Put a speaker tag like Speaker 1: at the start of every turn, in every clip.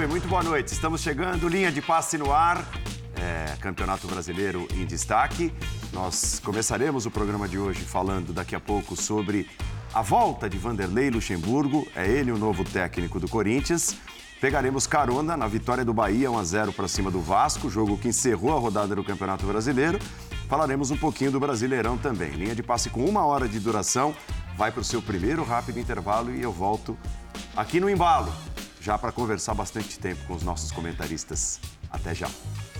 Speaker 1: Silvio, muito boa noite. Estamos chegando, linha de passe no ar, Campeonato Brasileiro em destaque. Nós começaremos o programa de hoje falando daqui a pouco sobre a volta de Vanderlei Luxemburgo, é ele o novo técnico do Corinthians. Pegaremos carona na vitória do Bahia 1-0 para cima do Vasco, jogo que encerrou a rodada do Campeonato Brasileiro. Falaremos um pouquinho do Brasileirão também. Linha de passe com 1 hora de duração, vai para o seu primeiro rápido intervalo e eu volto aqui no embalo, já para conversar bastante tempo com os nossos comentaristas. Até já.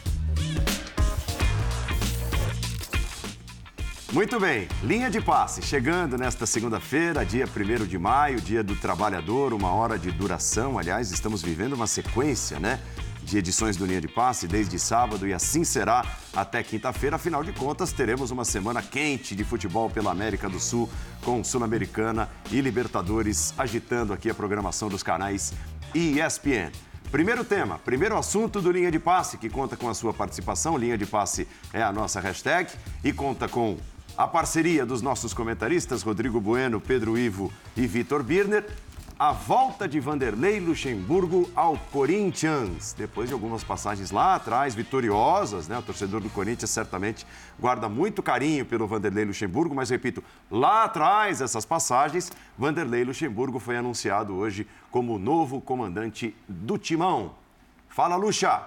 Speaker 1: Muito bem, linha de passe, chegando nesta segunda-feira, dia 1º de maio, dia do trabalhador, 1 hora de duração. Aliás, estamos vivendo uma sequência, de edições do Linha de Passe, desde sábado, e assim será até quinta-feira. Afinal de contas, teremos uma semana quente de futebol pela América do Sul, com Sul-Americana e Libertadores agitando aqui a programação dos canais ESPN. Primeiro tema, primeiro assunto do Linha de Passe, que conta com a sua participação. Linha de Passe é a nossa hashtag e conta com a parceria dos nossos comentaristas, Rodrigo Bueno, Pedro Ivo e Vitor Birner. A volta de Vanderlei Luxemburgo ao Corinthians. Depois de algumas passagens lá atrás, vitoriosas, o torcedor do Corinthians certamente guarda muito carinho pelo Vanderlei Luxemburgo, mas repito, lá atrás essas passagens, Vanderlei Luxemburgo foi anunciado hoje como o novo comandante do Timão. Fala, Luxa!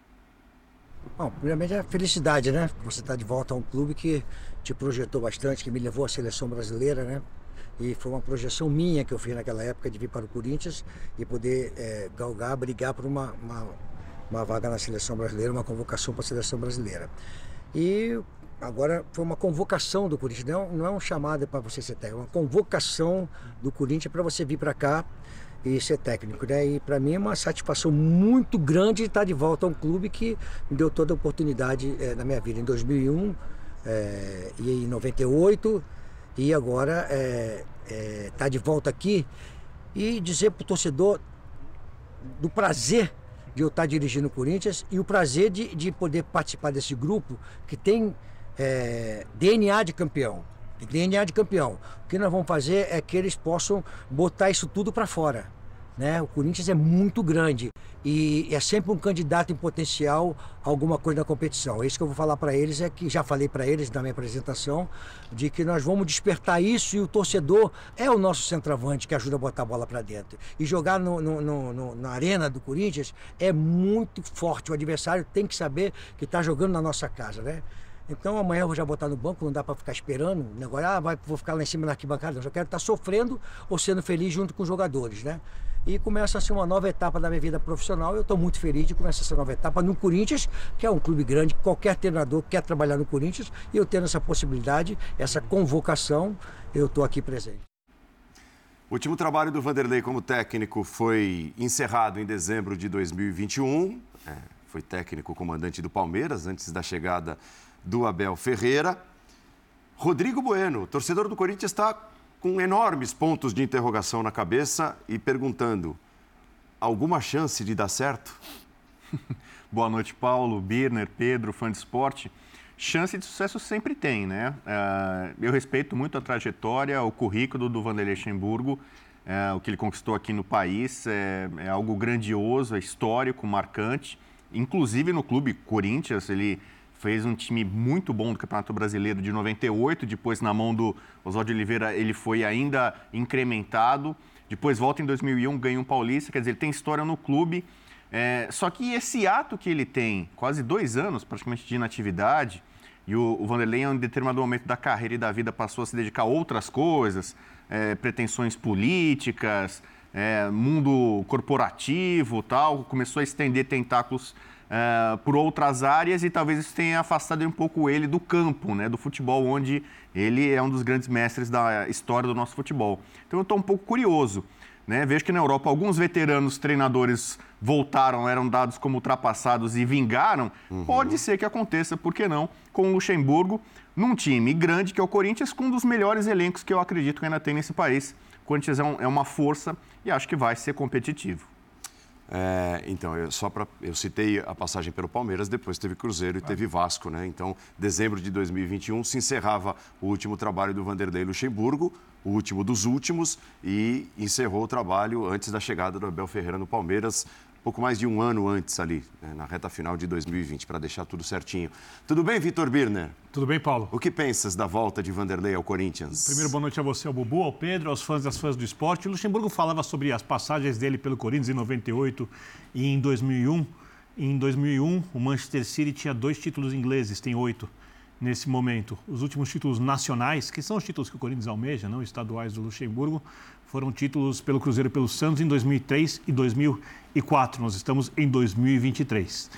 Speaker 2: Bom, primeiramente é a felicidade, Você está de volta a um clube que te projetou bastante, que me levou à seleção brasileira, E foi uma projeção minha que eu fiz naquela época de vir para o Corinthians e poder galgar, brigar por uma vaga na seleção brasileira, uma convocação para a seleção brasileira. E agora foi uma convocação do Corinthians, não é um chamado para você ser técnico, é uma convocação do Corinthians para você vir para cá e ser técnico, E para mim é uma satisfação muito grande estar de volta a um clube que me deu toda a oportunidade na minha vida, em 2001 e em 98. E agora tá de volta aqui e dizer para o torcedor do prazer de eu estar dirigindo o Corinthians e o prazer de poder participar desse grupo que tem DNA de campeão. DNA de campeão. O que nós vamos fazer é que eles possam botar isso tudo para fora. O Corinthians é muito grande e é sempre um candidato em potencial a alguma coisa na competição. É isso que eu vou falar para eles, que já falei para eles na minha apresentação, de que nós vamos despertar isso e o torcedor é o nosso centroavante que ajuda a botar a bola para dentro. E jogar na arena do Corinthians é muito forte, o adversário tem que saber que está jogando na nossa casa, Então amanhã eu vou já botar no banco, não dá para ficar esperando, agora vou ficar lá em cima na arquibancada, eu já quero estar sofrendo ou sendo feliz junto com os jogadores, E começa a ser uma nova etapa da minha vida profissional. Eu estou muito feliz de começar essa nova etapa no Corinthians, que é um clube grande, qualquer treinador quer trabalhar no Corinthians, e eu tendo essa possibilidade, essa convocação, eu estou aqui presente.
Speaker 1: O último trabalho do Vanderlei como técnico foi encerrado em dezembro de 2021. Foi técnico comandante do Palmeiras, antes da chegada do Abel Ferreira. Rodrigo Bueno, torcedor do Corinthians, está com enormes pontos de interrogação na cabeça e perguntando: alguma chance de dar certo?
Speaker 3: Boa noite, Paulo, Birner, Pedro, fã de esporte. Chance de sucesso sempre tem, Eu respeito muito a trajetória, o currículo do Vanderlei Luxemburgo, o que ele conquistou aqui no país é algo grandioso, é histórico, marcante. Inclusive no clube Corinthians, ele fez um time muito bom do Campeonato Brasileiro de 98, depois na mão do Oswaldo Oliveira ele foi ainda incrementado, depois volta em 2001, ganha um Paulista, quer dizer, ele tem história no clube, só que esse ato que ele tem, quase 2 anos praticamente de inatividade, e o Vanderlei em um determinado momento da carreira e da vida passou a se dedicar a outras coisas, pretensões políticas, mundo corporativo, tal, começou a estender tentáculos por outras áreas e talvez isso tenha afastado um pouco ele do campo, do futebol, onde ele é um dos grandes mestres da história do nosso futebol. Então eu estou um pouco curioso, Vejo que na Europa alguns veteranos treinadores voltaram, eram dados como ultrapassados e vingaram. Pode ser que aconteça, por que não, com o Luxemburgo, num time grande que é o Corinthians, com um dos melhores elencos que eu acredito que ainda tem nesse país. O Corinthians é uma força e acho que vai ser competitivo.
Speaker 1: Então, eu citei a passagem pelo Palmeiras, depois teve Cruzeiro e teve Vasco, Então, dezembro de 2021 se encerrava o último trabalho do Vanderlei Luxemburgo, o último dos últimos, e encerrou o trabalho antes da chegada do Abel Ferreira no Palmeiras, pouco mais de um ano antes ali, né, na reta final de 2020, para deixar tudo certinho. Tudo bem, Vitor Birner?
Speaker 4: Tudo bem, Paulo?
Speaker 1: O que pensas da volta de Vanderlei ao Corinthians?
Speaker 4: Primeiro, boa noite a você, ao Bubu, ao Pedro, aos fãs das fãs do esporte. O Luxemburgo falava sobre as passagens dele pelo Corinthians em 98 e em 2001. Em 2001, o Manchester City tinha 2 títulos ingleses, tem 8 nesse momento. Os últimos títulos nacionais, que são os títulos que o Corinthians almeja, não estaduais do Luxemburgo, foram títulos pelo Cruzeiro e pelo Santos em 2003 e 2004. Nós estamos em 2023.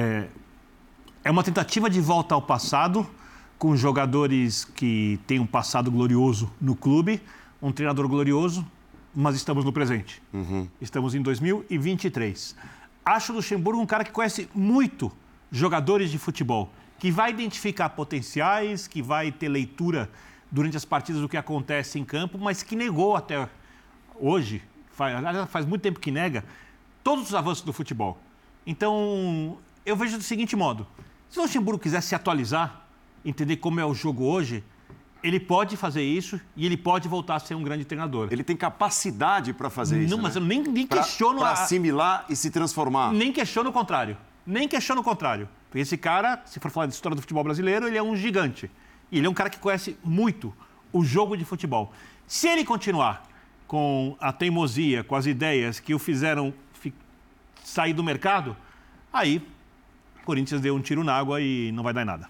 Speaker 4: É uma tentativa de volta ao passado, com jogadores que têm um passado glorioso no clube, um treinador glorioso, mas estamos no presente. Estamos em 2023. Acho o Luxemburgo um cara que conhece muito jogadores de futebol, que vai identificar potenciais, que vai ter leitura durante as partidas do que acontece em campo, mas que negou até hoje, faz muito tempo que nega, todos os avanços do futebol. Então, eu vejo do seguinte modo: se o Luxemburgo quiser se atualizar, entender como é o jogo hoje, ele pode fazer isso e ele pode voltar a ser um grande treinador.
Speaker 1: Ele tem capacidade para fazer isso,
Speaker 4: Não, mas
Speaker 1: né?
Speaker 4: eu nem questiono...
Speaker 1: Para assimilar e se transformar.
Speaker 4: Nem questiono o contrário. Nem questiono o contrário. Porque esse cara, se for falar de história do futebol brasileiro, ele é um gigante. E ele é um cara que conhece muito o jogo de futebol. Se ele continuar com a teimosia, com as ideias que o fizeram sair do mercado, aí o Corinthians deu um tiro na água e não vai dar em nada.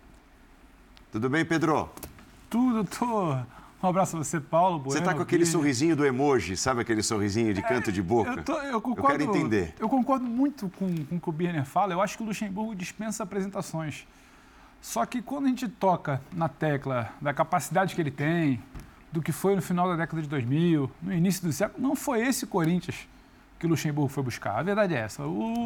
Speaker 1: Tudo bem, Pedro?
Speaker 5: Tudo, Um abraço a você, Paulo.
Speaker 1: Você está com aquele sorrisinho do emoji, sabe aquele sorrisinho de canto de boca?
Speaker 5: Eu concordo,
Speaker 1: quero entender.
Speaker 5: Eu concordo muito com o que o Birner fala. Eu acho que o Luxemburgo dispensa apresentações. Só que quando a gente toca na tecla da capacidade que ele tem, do que foi no final da década de 2000, no início do século, não foi esse Corinthians que o Luxemburgo foi buscar. A verdade é essa.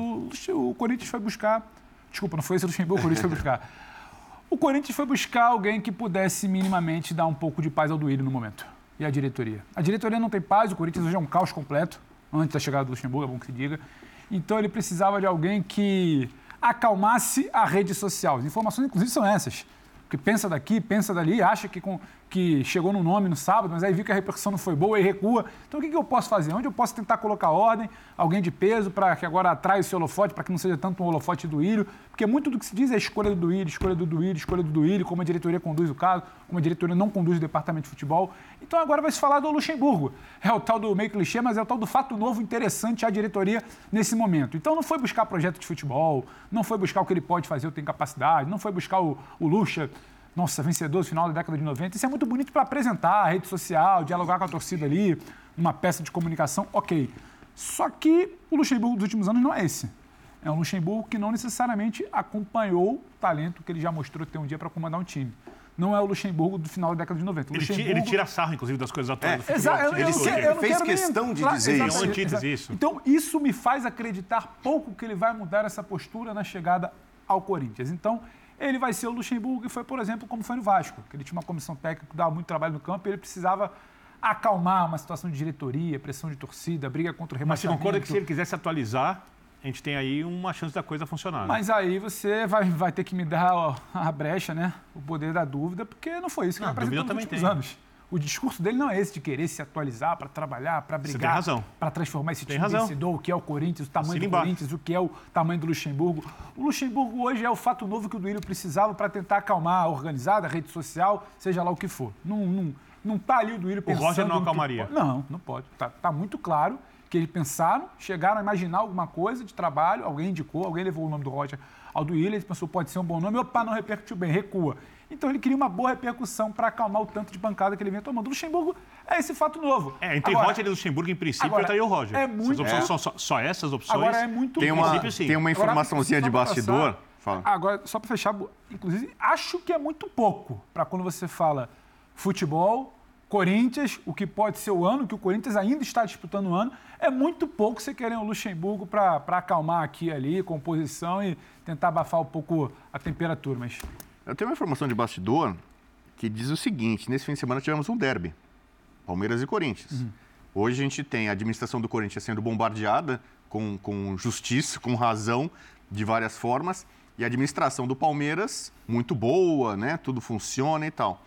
Speaker 5: O Corinthians foi buscar... Desculpa, não foi esse o Luxemburgo que o Corinthians foi buscar. O Corinthians foi buscar alguém que pudesse minimamente dar um pouco de paz ao Duílio no momento. E a diretoria. A diretoria não tem paz, o Corinthians hoje é um caos completo, antes da chegada do Luxemburgo, é bom que se diga. Então ele precisava de alguém que acalmasse a rede social. As informações, inclusive, são essas. Porque pensa daqui, pensa dali, acha que chegou no nome no sábado, mas aí viu que a repercussão não foi boa e recua. Então o que eu posso fazer? Onde eu posso tentar colocar ordem, alguém de peso, para que agora atraia esse holofote, para que não seja tanto um holofote do Duílio? Porque muito do que se diz é a escolha do Duílio, escolha do Duílio, escolha do Duílio, como a diretoria conduz o caso, como a diretoria não conduz o departamento de futebol. Então agora vai se falar do Luxemburgo. É o tal do meio clichê, mas é o tal do fato novo interessante à diretoria nesse momento. Então não foi buscar projeto de futebol, não foi buscar o que ele pode fazer, ou tem capacidade, não foi buscar o Luxa, nossa, vencedor do final da década de 90. Isso é muito bonito para apresentar a rede social, dialogar com a torcida ali, uma peça de comunicação, ok. Só que o Luxemburgo dos últimos anos não é esse. É um Luxemburgo que não necessariamente acompanhou o talento que ele já mostrou ter um dia para comandar um time. Não é o Luxemburgo do final da década de 90.
Speaker 4: Ele tira sarro, inclusive, das coisas atuais do futebol.
Speaker 1: Ele fez questão de dizer isso.
Speaker 4: Antítese isso.
Speaker 5: Então, isso me faz acreditar pouco que ele vai mudar essa postura na chegada ao Corinthians. Então, ele vai ser o Luxemburgo que foi, por exemplo, como foi no Vasco, que ele tinha uma comissão técnica que dava muito trabalho no campo e ele precisava acalmar uma situação de diretoria, pressão de torcida, briga contra o rebaixamento.
Speaker 4: Mas você concorda que se ele quiser se atualizar, a gente tem aí uma chance da coisa funcionar. Né?
Speaker 5: Mas aí você vai ter que me dar a brecha, né? O poder da dúvida, porque não foi isso que ele apresentou nos últimos anos. O discurso dele não é esse de querer se atualizar para trabalhar, para brigar, para transformar esse time vencedor, o que é o Corinthians, o tamanho do Corinthians, o que é o tamanho do Luxemburgo. O Luxemburgo hoje é o fato novo que o Duílio precisava para tentar acalmar a organizada, a rede social, seja lá o que for. Não está ali o Duílio pensando...
Speaker 4: O Roger não acalmaria.
Speaker 5: Não pode. Tá muito claro que eles pensaram, chegaram a imaginar alguma coisa de trabalho, alguém indicou, alguém levou o nome do Roger ao Duílio, ele pensou, pode ser um bom nome, opa, não repercutiu bem, recua. Então ele queria uma boa repercussão para acalmar o tanto de bancada que ele vinha tomando. O Luxemburgo é esse fato novo.
Speaker 4: Entre Roger e Luxemburgo, em princípio, eu estaria o Roger. São só essas opções.
Speaker 5: Agora é muito...
Speaker 3: Tem uma informaçãozinha de bastidor.
Speaker 5: Fala. Agora, só para fechar, inclusive, acho que é muito pouco para quando você fala futebol, Corinthians, o que pode ser o ano, que o Corinthians ainda está disputando o ano, é muito pouco você querer o Luxemburgo para acalmar aqui e ali, composição e tentar abafar um pouco a temperatura, mas...
Speaker 3: Eu tenho uma informação de bastidor que diz o seguinte: nesse fim de semana tivemos um derby, Palmeiras e Corinthians. Hoje a gente tem a administração do Corinthians sendo bombardeada com justiça, com razão, de várias formas, e a administração do Palmeiras muito boa, né? Tudo funciona e tal.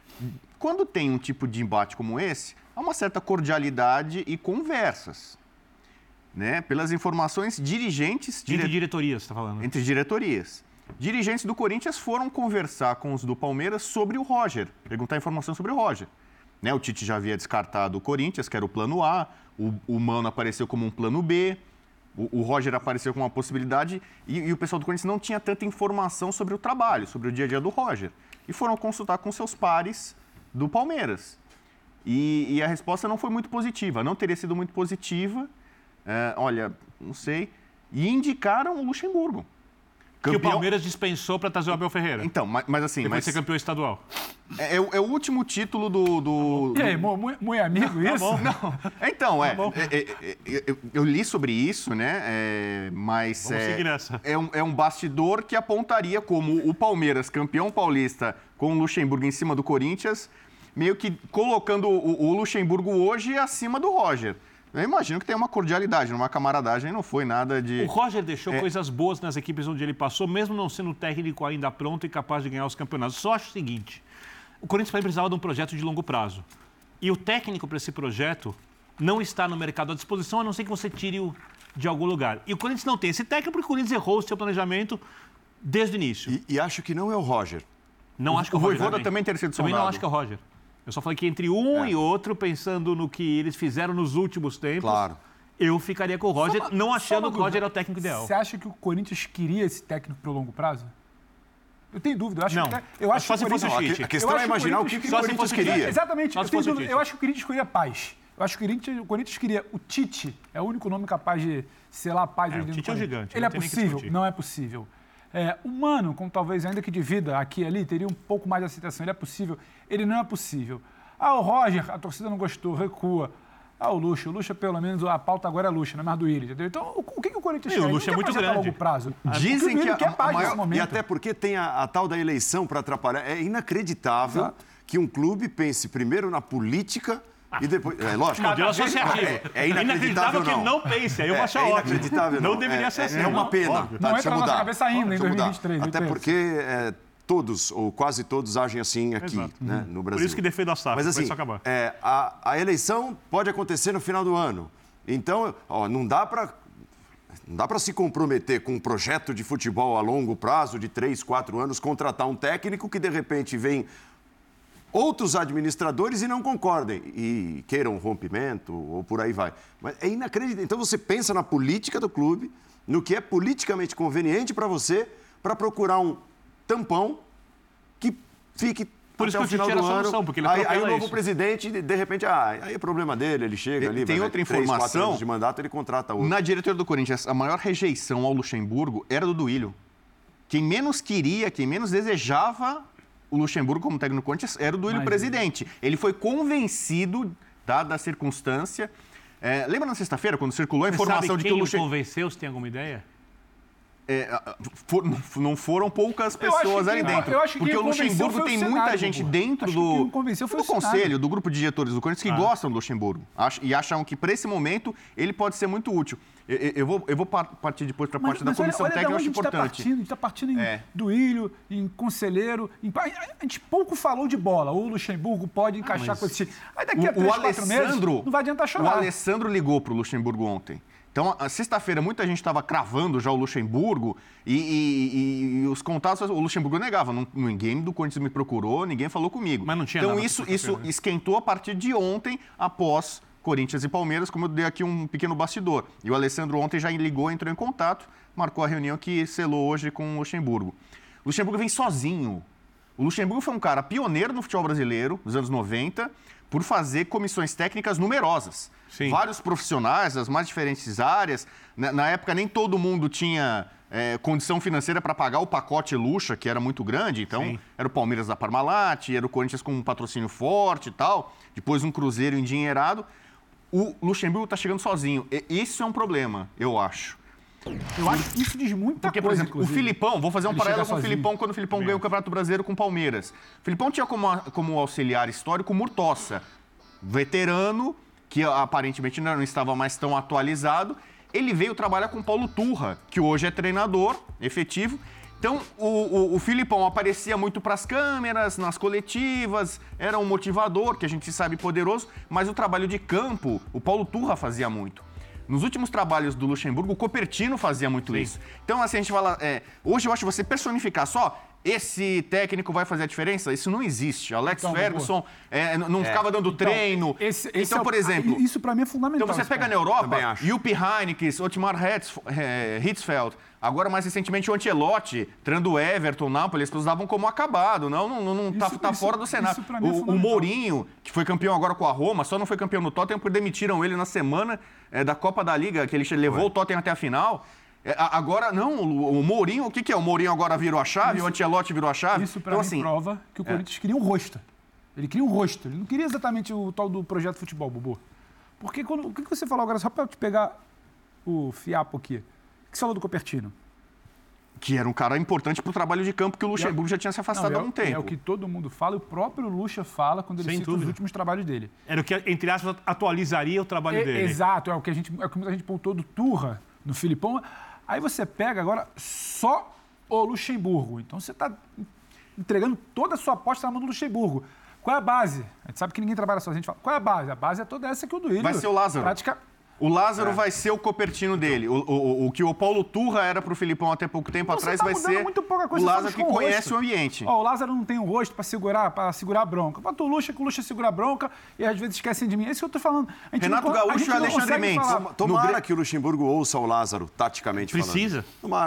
Speaker 3: Quando tem um tipo de embate como esse, há uma certa cordialidade e conversas. né, pelas informações, dirigentes...
Speaker 4: Entre diretorias, você está falando.
Speaker 3: Entre diretorias. Dirigentes do Corinthians foram conversar com os do Palmeiras sobre o Roger, perguntar informação sobre o Roger. Né, o Tite já havia descartado o Corinthians, que era o plano A, o Mano apareceu como um plano B, o Roger apareceu como uma possibilidade e o pessoal do Corinthians não tinha tanta informação sobre o trabalho, sobre o dia a dia do Roger. E foram consultar com seus pares do Palmeiras. E a resposta não foi muito positiva, não teria sido muito positiva, olha, não sei, e indicaram o Luxemburgo.
Speaker 4: Que o Palmeiras dispensou para trazer o Abel Ferreira.
Speaker 3: Então, mas assim...
Speaker 4: Depois de ser campeão estadual.
Speaker 3: É o último título do...
Speaker 5: E aí, muito amigo isso?
Speaker 3: Tá bom. Não. Então, eu li sobre isso, né? Mas
Speaker 4: Vamos seguir nessa.
Speaker 3: É um bastidor que apontaria como o Palmeiras, campeão paulista, com o Luxemburgo em cima do Corinthians, meio que colocando o Luxemburgo hoje acima do Roger. Eu imagino que tem uma cordialidade, uma camaradagem, não foi nada de...
Speaker 4: O Roger deixou coisas boas nas equipes onde ele passou, mesmo não sendo técnico ainda pronto e capaz de ganhar os campeonatos. Só acho o seguinte, o Corinthians precisava de um projeto de longo prazo. E o técnico para esse projeto não está no mercado à disposição, a não ser que você tire-o de algum lugar. E o Corinthians não tem esse técnico porque o Corinthians errou o seu planejamento desde o início.
Speaker 1: E acho que não é o Roger.
Speaker 4: Não acho que é
Speaker 3: o
Speaker 4: Roger.
Speaker 3: Vojvoda também teria sido sondado.
Speaker 4: Também não acho que é o Roger. Eu só falei que entre um e outro, pensando no que eles fizeram nos últimos tempos,
Speaker 1: Claro.
Speaker 4: eu ficaria com o Roger, não achando que o Roger é o técnico ideal.
Speaker 5: Você acha que o Corinthians queria esse técnico para o longo prazo? Eu tenho dúvida.
Speaker 4: Eu acho
Speaker 5: que
Speaker 4: só se fosse o Tite.
Speaker 1: A questão é imaginar o que o Corinthians queria.
Speaker 5: Exatamente.
Speaker 4: Só se fosse o Tite.
Speaker 5: Eu acho que o Corinthians queria paz. Eu acho que o Corinthians queria o Tite. É o único nome capaz de selar paz.
Speaker 4: O Tite é um gigante.
Speaker 5: Ele
Speaker 4: não
Speaker 5: é
Speaker 4: tem nem que
Speaker 5: possível?
Speaker 4: discutir.
Speaker 5: Não é possível. O Mano, com talvez ainda que divida aqui e ali, teria um pouco mais de aceitação. Ele é possível? Ele não é possível. O Roger, a torcida não gostou, recua. O Lucha. O Lucha, pelo menos, a pauta agora é Lucha, não é mais do Willi, entendeu? Então, o que o Corinthians quer?
Speaker 4: O Lucha é muito grande.
Speaker 5: A longo prazo.
Speaker 1: Dizem que
Speaker 5: quer paz
Speaker 1: maior...
Speaker 5: nesse momento.
Speaker 1: E até porque tem a tal da eleição para atrapalhar. É inacreditável que um clube pense primeiro na política e depois... É lógico.
Speaker 4: Modelo associativo.
Speaker 1: É inacreditável
Speaker 4: que não pense. Aí eu acho ótimo.
Speaker 1: Inacreditável
Speaker 4: não. deveria ser assim.
Speaker 1: É uma pena.
Speaker 4: Óbvio.
Speaker 5: Não entra na nossa
Speaker 1: mudar.
Speaker 5: cabeça ainda, em
Speaker 1: Precisa mudar.
Speaker 5: 2023.
Speaker 1: Até porque todos, ou quase todos, agem assim aqui, né, no Brasil.
Speaker 4: Por isso que defendo a SAF,
Speaker 1: Mas assim,
Speaker 4: vai só acabar.
Speaker 1: A eleição pode acontecer no final do ano. Então, não dá para se comprometer com um projeto de futebol a longo prazo, de 3, 4 anos, contratar um técnico que, de repente, vem outros administradores e não concordem e queiram um rompimento ou por aí vai. Mas é inacreditável. Então, você pensa na política do clube, no que é politicamente conveniente para você, para procurar um tampão que fique
Speaker 4: Por isso
Speaker 1: até
Speaker 4: que
Speaker 1: o final
Speaker 4: o Tite
Speaker 1: do
Speaker 4: era a
Speaker 1: ano.
Speaker 4: solução, porque ele
Speaker 1: Aí o
Speaker 4: atropela
Speaker 1: novo
Speaker 4: isso.
Speaker 1: presidente, de repente, aí é problema dele, ele chega ali,
Speaker 3: Tem
Speaker 1: vai,
Speaker 3: outra
Speaker 1: 3, 4
Speaker 3: informação.
Speaker 1: anos de mandato, ele contrata outro.
Speaker 3: Na diretoria do Corinthians, a maior rejeição ao Luxemburgo era do Duílio. Quem menos queria, quem menos desejava o Luxemburgo como técnico do Corinthians era o Duílio presidente. Ele foi convencido, dada a circunstância. Lembra na sexta-feira, quando circulou a informação de que o Luxemburgo...
Speaker 4: convenceu, você tem alguma ideia?
Speaker 3: Não foram poucas pessoas ali dentro.
Speaker 5: eu acho que
Speaker 3: porque
Speaker 5: quem
Speaker 3: o Luxemburgo
Speaker 5: convenceu foi
Speaker 3: tem
Speaker 5: o
Speaker 3: muita
Speaker 5: Senado,
Speaker 3: gente
Speaker 5: pô.
Speaker 3: dentro
Speaker 5: Acho que
Speaker 3: do,
Speaker 5: quem convenceu foi
Speaker 3: do
Speaker 5: o Senado.
Speaker 3: conselho, do grupo de diretores do Corinthians que gostam do Luxemburgo e acham que, para esse momento, ele pode ser muito útil. Eu vou partir depois para a parte da comissão técnica, eu acho importante.
Speaker 5: A gente está partindo em Duílio, em Conselheiro. A gente pouco falou de bola. O Luxemburgo pode encaixar com esse time. Aí daqui a 3, 4 meses, não vai adiantar chorar.
Speaker 3: O Alessandro ligou para o Luxemburgo ontem. Então, a sexta-feira, muita gente estava cravando já o Luxemburgo e os contatos, o Luxemburgo negava. Ninguém do Corinthians me procurou, ninguém falou comigo.
Speaker 4: Mas não tinha
Speaker 3: então,
Speaker 4: nada
Speaker 3: isso esquentou a partir de ontem, após Corinthians e Palmeiras, como eu dei aqui um pequeno bastidor. E o Alessandro ontem já ligou, entrou em contato, marcou a reunião que selou hoje com o Luxemburgo. O Luxemburgo vem sozinho. O Luxemburgo foi um cara pioneiro no futebol brasileiro, nos anos 90, por fazer comissões técnicas numerosas.
Speaker 4: Sim.
Speaker 3: Vários profissionais das mais diferentes áreas. Na época, nem todo mundo tinha condição financeira para pagar o pacote Luxa, que era muito grande. Então,
Speaker 4: Sim.
Speaker 3: era o Palmeiras da Parmalat, era o Corinthians com um patrocínio forte e tal. Depois, um Cruzeiro endinheirado. O Luxemburgo está chegando sozinho. Isso é um problema, eu acho.
Speaker 5: Eu acho que isso diz muita
Speaker 3: Porque, por
Speaker 5: coisa,
Speaker 3: exemplo, o
Speaker 5: inclusive.
Speaker 3: Filipão, vou fazer um
Speaker 5: Ele
Speaker 3: paralelo
Speaker 5: chega
Speaker 3: com o
Speaker 5: sozinho.
Speaker 3: Filipão, quando o Filipão ganhou o Campeonato Brasileiro com o Palmeiras. O Filipão tinha como auxiliar histórico o Murtosa, veterano, que aparentemente não estava mais tão atualizado. Ele veio trabalhar com o Paulo Turra, que hoje é treinador efetivo. Então, o Filipão aparecia muito para as câmeras, nas coletivas, era um motivador, que a gente sabe poderoso, mas o trabalho de campo, o Paulo Turra fazia muito. Nos últimos trabalhos do Luxemburgo, o Copertino fazia muito isso. Então, assim, a gente fala... hoje eu acho que você personificar só esse técnico vai fazer a diferença, isso não existe. Alex Ferguson não ficava dando treino. Então, por exemplo...
Speaker 5: Isso para mim é fundamental.
Speaker 3: Então, você pega na Europa, Jupp Heynckes, Otmar Hitzfeld, agora, mais recentemente, o Ancelotti, treinando o Everton, Napoli, eles usavam como acabado. Não tá fora do cenário. O Mourinho, que foi campeão agora com a Roma, só não foi campeão no Tottenham porque demitiram ele na semana da Copa da Liga, que ele levou o Tottenham até a final. Agora, não, o Mourinho, o que é? O Mourinho agora virou a chave, o Ancelotti virou a chave?
Speaker 5: Isso, para mim, prova que o Corinthians queria um rosto. Ele queria um rosto. Ele não queria exatamente o tal do projeto futebol, Bubu. Porque o que você falou agora, só para eu te pegar o fiapo aqui, o que você falou do Copertino?
Speaker 3: Que era um cara importante para o trabalho de campo, que o Luxemburgo já tinha se afastado há um tempo.
Speaker 5: É o que todo mundo fala, e o próprio Luxa fala quando ele cita os últimos trabalhos dele.
Speaker 4: Era o que, entre aspas, atualizaria o trabalho dele.
Speaker 5: Exato, é o que muita gente pontou do Turra no Filipão. Aí você pega agora só o Luxemburgo. Então você está entregando toda a sua aposta na mão do Luxemburgo. Qual é a base? A gente sabe que ninguém trabalha sozinho. A gente fala, qual é a base? A base é toda essa que o Duílio...
Speaker 3: Vai ser o Lázaro. O Lázaro vai ser o Copertino dele. O que o Paulo Turra era pro Filipão até pouco tempo atrás vai ser o Lázaro que conhece o ambiente.
Speaker 5: O Lázaro não tem um rosto para segurar a bronca. Bota o Luxa, que o Luxa segura a bronca e às vezes esquecem de mim. É isso que eu tô falando.
Speaker 1: Renato Gaúcho e Alexandre Mendes. Tomara que o Luxemburgo ouça o Lázaro, taticamente falando.
Speaker 4: Precisa.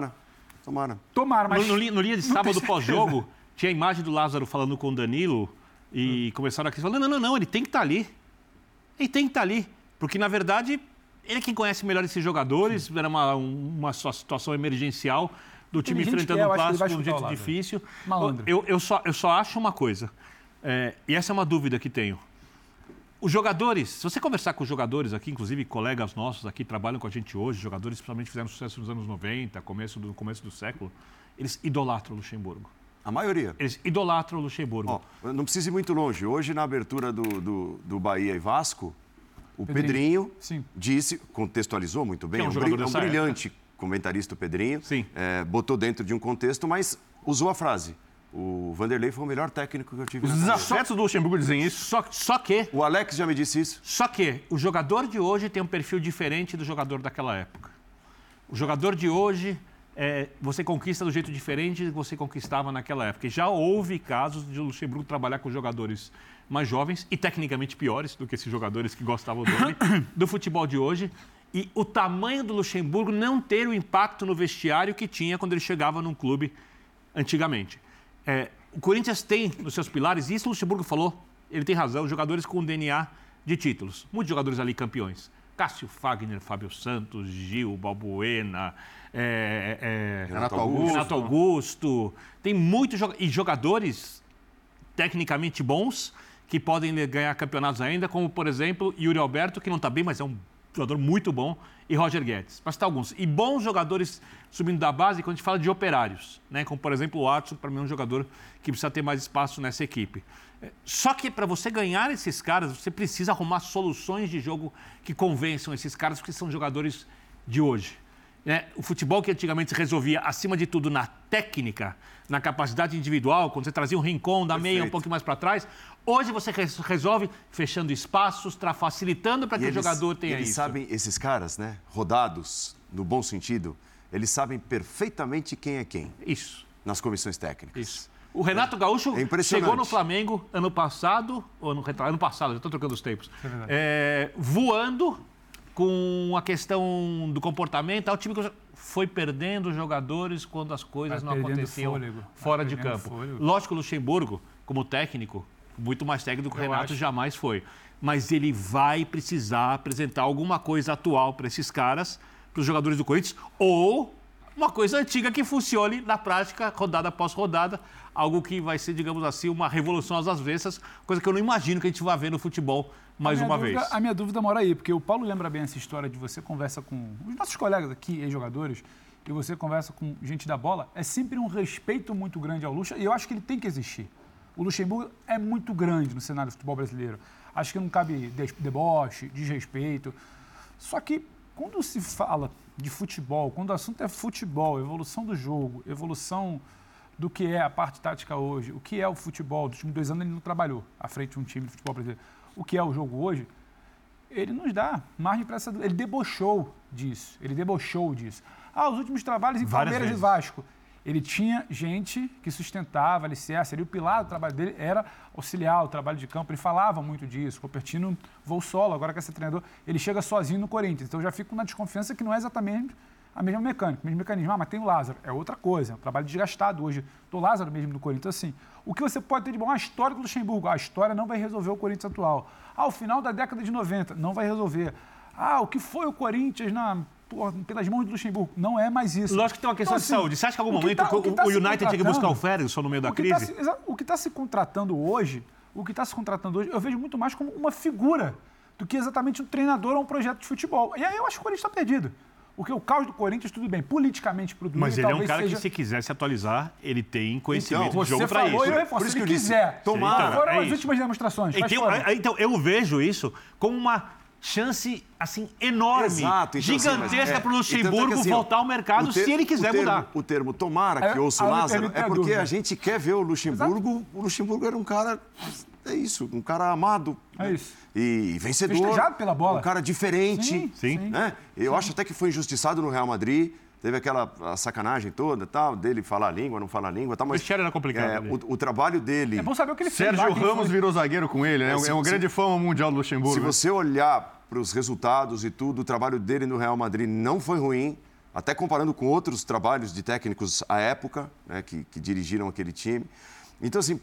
Speaker 1: Tomara,
Speaker 5: mas...
Speaker 4: No linha de sábado pós-jogo, tinha a imagem do Lázaro falando com o Danilo e começaram a falar, não, ele tem que estar ali. Ele tem que estar ali. Porque, na verdade... Ele é quem conhece melhor esses jogadores, era uma situação emergencial do time enfrentando um clássico de um jeito difícil. Eu só acho uma coisa, e essa é uma dúvida que tenho. Os jogadores, se você conversar com os jogadores aqui, inclusive colegas nossos aqui trabalham com a gente hoje, jogadores que principalmente fizeram sucesso nos anos 90, começo do século, eles idolatram o Luxemburgo.
Speaker 1: A maioria.
Speaker 4: Eles idolatram o Luxemburgo.
Speaker 1: Não precisa ir muito longe. Hoje, na abertura do Bahia e Vasco, o Pedrinho disse, contextualizou muito bem, é um brilhante comentarista, o Pedrinho, botou dentro de um contexto, mas usou a frase. O Vanderlei foi o melhor técnico que eu tive na
Speaker 3: vida. Os afetos do Luxemburgo dizem isso.
Speaker 4: Só que...
Speaker 1: O Alex já me disse isso.
Speaker 4: Só que o jogador de hoje tem um perfil diferente do jogador daquela época. O jogador de hoje, você conquista do jeito diferente do que você conquistava naquela época. E já houve casos de o Luxemburgo trabalhar com jogadores mais jovens e tecnicamente piores do que esses jogadores que gostavam dele, do futebol de hoje. E o tamanho do Luxemburgo não ter o impacto no vestiário que tinha quando ele chegava num clube antigamente. O Corinthians tem nos seus pilares, e isso o Luxemburgo falou, ele tem razão, jogadores com DNA de títulos. Muitos jogadores ali campeões. Cássio Fagner, Fábio Santos, Gil, Balbuena, Renato Augusto. Tem muitos jogadores tecnicamente bons que podem ganhar campeonatos ainda, como, por exemplo, Yuri Alberto, que não está bem, mas é um jogador muito bom, e Roger Guedes, para citar alguns. E bons jogadores subindo da base quando a gente fala de operários, né? Como, por exemplo, o Watson, para mim é um jogador que precisa ter mais espaço nessa equipe. Só que para você ganhar esses caras, você precisa arrumar soluções de jogo que convençam esses caras, porque são jogadores de hoje. O futebol que antigamente se resolvia, acima de tudo, na técnica, na capacidade individual, quando você trazia um rincón da meia um pouco mais para trás, hoje você resolve fechando espaços, facilitando para que o jogador tenha isso.
Speaker 1: Eles sabem, esses caras, né, rodados, no bom sentido, eles sabem perfeitamente quem é quem.
Speaker 4: Isso.
Speaker 1: Nas comissões técnicas.
Speaker 4: Isso. O Renato Gaúcho chegou no Flamengo ano passado, já estou trocando os tempos, voando com a questão do comportamento, o time foi perdendo jogadores quando as coisas não aconteciam fora de campo. Lógico que o Luxemburgo, como técnico, muito mais técnico do que o Renato jamais foi. Mas ele vai precisar apresentar alguma coisa atual para esses caras, para os jogadores do Corinthians, ou uma coisa antiga que funcione na prática, rodada após rodada, algo que vai ser, digamos assim, uma revolução às avessas, coisa que eu não imagino que a gente vai ver no futebol mais uma vez.
Speaker 5: A minha dúvida mora aí, porque o Paulo lembra bem essa história de você conversa com os nossos colegas aqui, ex-jogadores, e você conversa com gente da bola, é sempre um respeito muito grande ao Luxa, e eu acho que ele tem que existir. O Luxemburgo é muito grande no cenário do futebol brasileiro. Acho que não cabe deboche, desrespeito. Só que quando se fala de futebol, quando o assunto é futebol, evolução do jogo, evolução do que é a parte tática hoje, o que é o futebol, dos últimos 2 anos ele não trabalhou à frente de um time de futebol brasileiro, o que é o jogo hoje, ele nos dá margem para essa... Ele debochou disso. Os últimos trabalhos em Palmeiras e Vasco. Ele tinha gente que sustentava, alicerce, o pilar do trabalho dele era auxiliar o trabalho de campo, ele falava muito disso. O Copertino voou solo, agora quer ser treinador, ele chega sozinho no Corinthians. Então eu já fico na desconfiança que não é exatamente a mesma mecânica, o mesmo mecanismo. Mas tem o Lázaro, é outra coisa, é um trabalho desgastado hoje do Lázaro mesmo no Corinthians. Então, assim, o que você pode ter de bom? A história do Luxemburgo, a história não vai resolver o Corinthians atual. Ao final da década de 90, não vai resolver. O que foi o Corinthians pelas mãos do Luxemburgo? Não é mais isso.
Speaker 4: Lógico que tem uma questão de saúde. Você acha que em algum momento o United tinha que buscar o Ferguson no meio da crise?
Speaker 5: O que está se contratando hoje, eu vejo muito mais como uma figura do que exatamente um treinador ou um projeto de futebol. E aí eu acho que o Corinthians está perdido. Porque o caos do Corinthians, tudo bem, politicamente pro
Speaker 4: Mas ele é um cara que, se quiser se atualizar, ele tem conhecimento de jogo para isso.
Speaker 5: Você falou, por isso que eu disse. Foram as últimas demonstrações.
Speaker 4: Então, eu vejo isso como uma chance, assim, enorme, gigantesca para o Luxemburgo voltar ao mercado se ele quiser mudar.
Speaker 1: O termo tomara que ouça o Lázaro é porque a gente quer ver o Luxemburgo. Exato. O Luxemburgo era um cara... É isso, um cara amado.
Speaker 5: É isso.
Speaker 1: E vencedor.
Speaker 5: Festejado pela bola.
Speaker 1: Um cara diferente.
Speaker 4: Sim.
Speaker 1: Né? Eu acho até que foi injustiçado no Real Madrid. Teve aquela sacanagem toda, tal, dele falar a língua, não falar a língua. Tal, mas,
Speaker 4: o vestiário era complicado.
Speaker 1: O trabalho dele...
Speaker 5: É bom saber o que ele fez.
Speaker 3: Sérgio Ramos virou zagueiro com ele, né? É um grande fama mundial do Luxemburgo.
Speaker 1: Se você olhar para os resultados e tudo, o trabalho dele no Real Madrid não foi ruim, até comparando com outros trabalhos de técnicos à época, né, que dirigiram aquele time. Então, assim,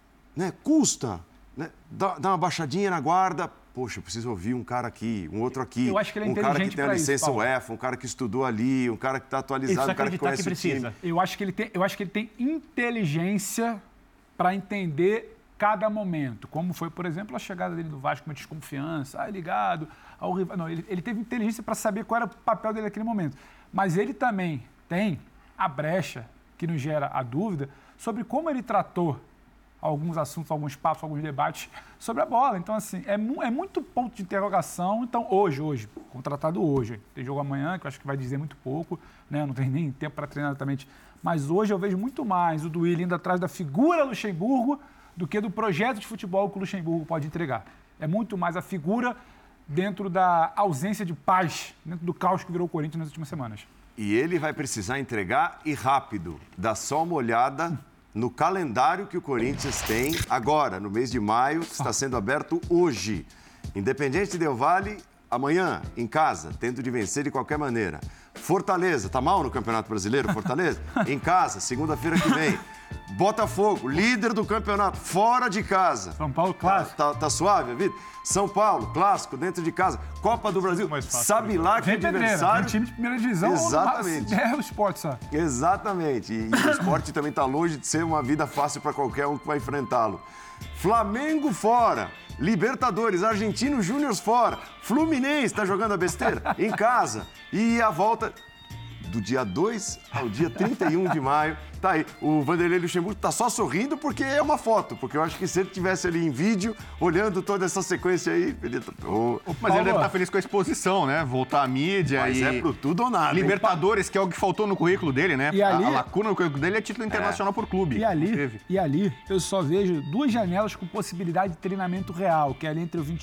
Speaker 1: custa, né, dar uma baixadinha na guarda. Poxa, eu preciso ouvir um cara aqui, um outro aqui.
Speaker 5: Eu acho que ele é
Speaker 1: um cara que tem a licença
Speaker 5: isso,
Speaker 1: UEFA, um cara que estudou ali, um cara que está atualizado, um cara que conhece o time.
Speaker 5: Eu acho que ele tem inteligência para entender cada momento. Como foi, por exemplo, a chegada dele do Vasco, uma desconfiança, ligado ao rival. Não, ele teve inteligência para saber qual era o papel dele naquele momento. Mas ele também tem a brecha que nos gera a dúvida sobre como ele tratou alguns assuntos, alguns papos, alguns debates sobre a bola. Então, assim, é muito ponto de interrogação. Então, hoje, contratado hoje, tem jogo amanhã, que eu acho que vai dizer muito pouco, né? Não tem nem tempo para treinar exatamente. Mas hoje eu vejo muito mais o Duílio indo atrás da figura Luxemburgo do que do projeto de futebol que o Luxemburgo pode entregar. É muito mais a figura dentro da ausência de paz, dentro do caos que virou o Corinthians nas últimas semanas.
Speaker 1: E ele vai precisar entregar e rápido. Dá só uma olhada no calendário que o Corinthians tem agora, no mês de maio, que está sendo aberto hoje. Independente Del Valle, amanhã, em casa, tendo de vencer de qualquer maneira. Fortaleza, tá mal no Campeonato Brasileiro, Fortaleza? Em casa, segunda-feira que vem. Botafogo, líder do campeonato, fora de casa.
Speaker 5: São Paulo, clássico.
Speaker 1: Tá suave a vida? São Paulo, clássico, dentro de casa. Copa do Brasil, sabe lá que adversário...
Speaker 5: Time de primeira divisão.
Speaker 1: Exatamente.
Speaker 5: É o esporte, só.
Speaker 1: Exatamente. E o esporte também está longe de ser uma vida fácil para qualquer um que vai enfrentá-lo. Flamengo fora. Libertadores, Argentino Júnior fora. Fluminense está jogando a besteira em casa. E a volta do dia 2 ao dia 31 de maio. Tá aí, o Vanderlei Luxemburgo tá só sorrindo porque é uma foto. Porque eu acho que se ele estivesse ali em vídeo, olhando toda essa sequência aí... Ele tá...
Speaker 3: Mas ele deve estar feliz com a exposição, né? Voltar à mídia.
Speaker 1: Mas é pro tudo ou nada.
Speaker 3: Libertadores, que é algo que faltou no currículo dele, né?
Speaker 5: E ali...
Speaker 3: A lacuna no currículo dele é título internacional por clube.
Speaker 5: E ali eu só vejo duas janelas com possibilidade de treinamento real, que é ali entre o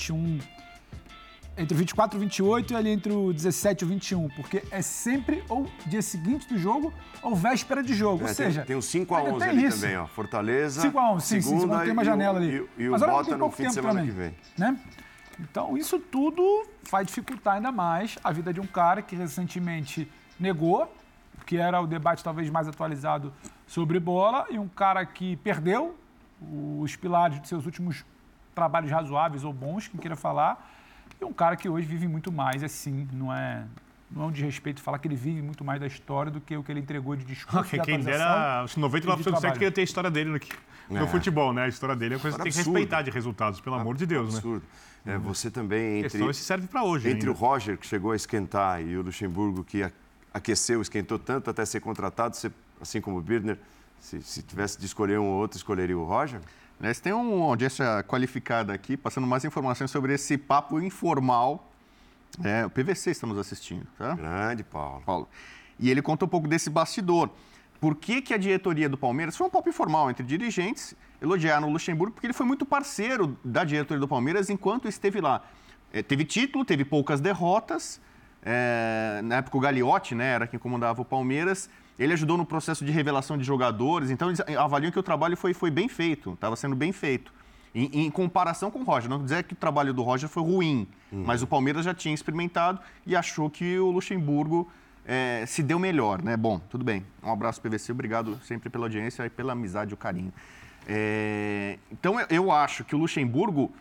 Speaker 5: 24 e 28 e ali entre o 17 e o 21, porque é sempre ou dia seguinte do jogo ou véspera de jogo, ou seja...
Speaker 1: Tem o 5-11 ali isso. Também, ó. Fortaleza,
Speaker 5: 5-11, sim, segunda tem uma janela ali.
Speaker 1: E o Bota no fim de semana que vem.
Speaker 5: Né? Então, isso tudo vai dificultar ainda mais a vida de um cara que recentemente negou, que era o debate talvez mais atualizado sobre bola, e um cara que perdeu os pilares de seus últimos trabalhos razoáveis ou bons, quem queira falar, e um cara que hoje vive muito mais, assim, não é um desrespeito falar que ele vive muito mais da história do que o que ele entregou de discurso, de
Speaker 4: quem dera, 99% queria ter a história dele no futebol, né? A história dele é uma coisa que tem que respeitar de resultados, pelo amor de Deus,
Speaker 1: absurdo. Né? Você também,
Speaker 4: isso serve para hoje
Speaker 1: entre o Roger, que chegou a esquentar, e o Luxemburgo, que aqueceu, esquentou tanto até ser contratado, você, assim como o Birner, se tivesse de escolher um ou outro, escolheria o Roger?
Speaker 3: Você tem uma audiência qualificada aqui, passando mais informações sobre esse papo informal. O PVC está nos assistindo, tá?
Speaker 1: Grande, Paulo.
Speaker 3: E ele conta um pouco desse bastidor. Por que a diretoria do Palmeiras, foi um papo informal entre dirigentes, elogiaram o Luxemburgo porque ele foi muito parceiro da diretoria do Palmeiras enquanto esteve lá. teve título, teve poucas derrotas. Na época o Gagliotti, né, era quem comandava o Palmeiras. Ele ajudou no processo de revelação de jogadores. Então, eles avaliam que o trabalho foi bem feito, estava sendo bem feito. Em comparação com o Roger. Não dizer que o trabalho do Roger foi ruim, mas o Palmeiras já tinha experimentado e achou que o Luxemburgo se deu melhor, né? Bom, tudo bem. Um abraço, PVC. Obrigado sempre pela audiência e pela amizade e o carinho. Então, eu acho que o Luxemburgo,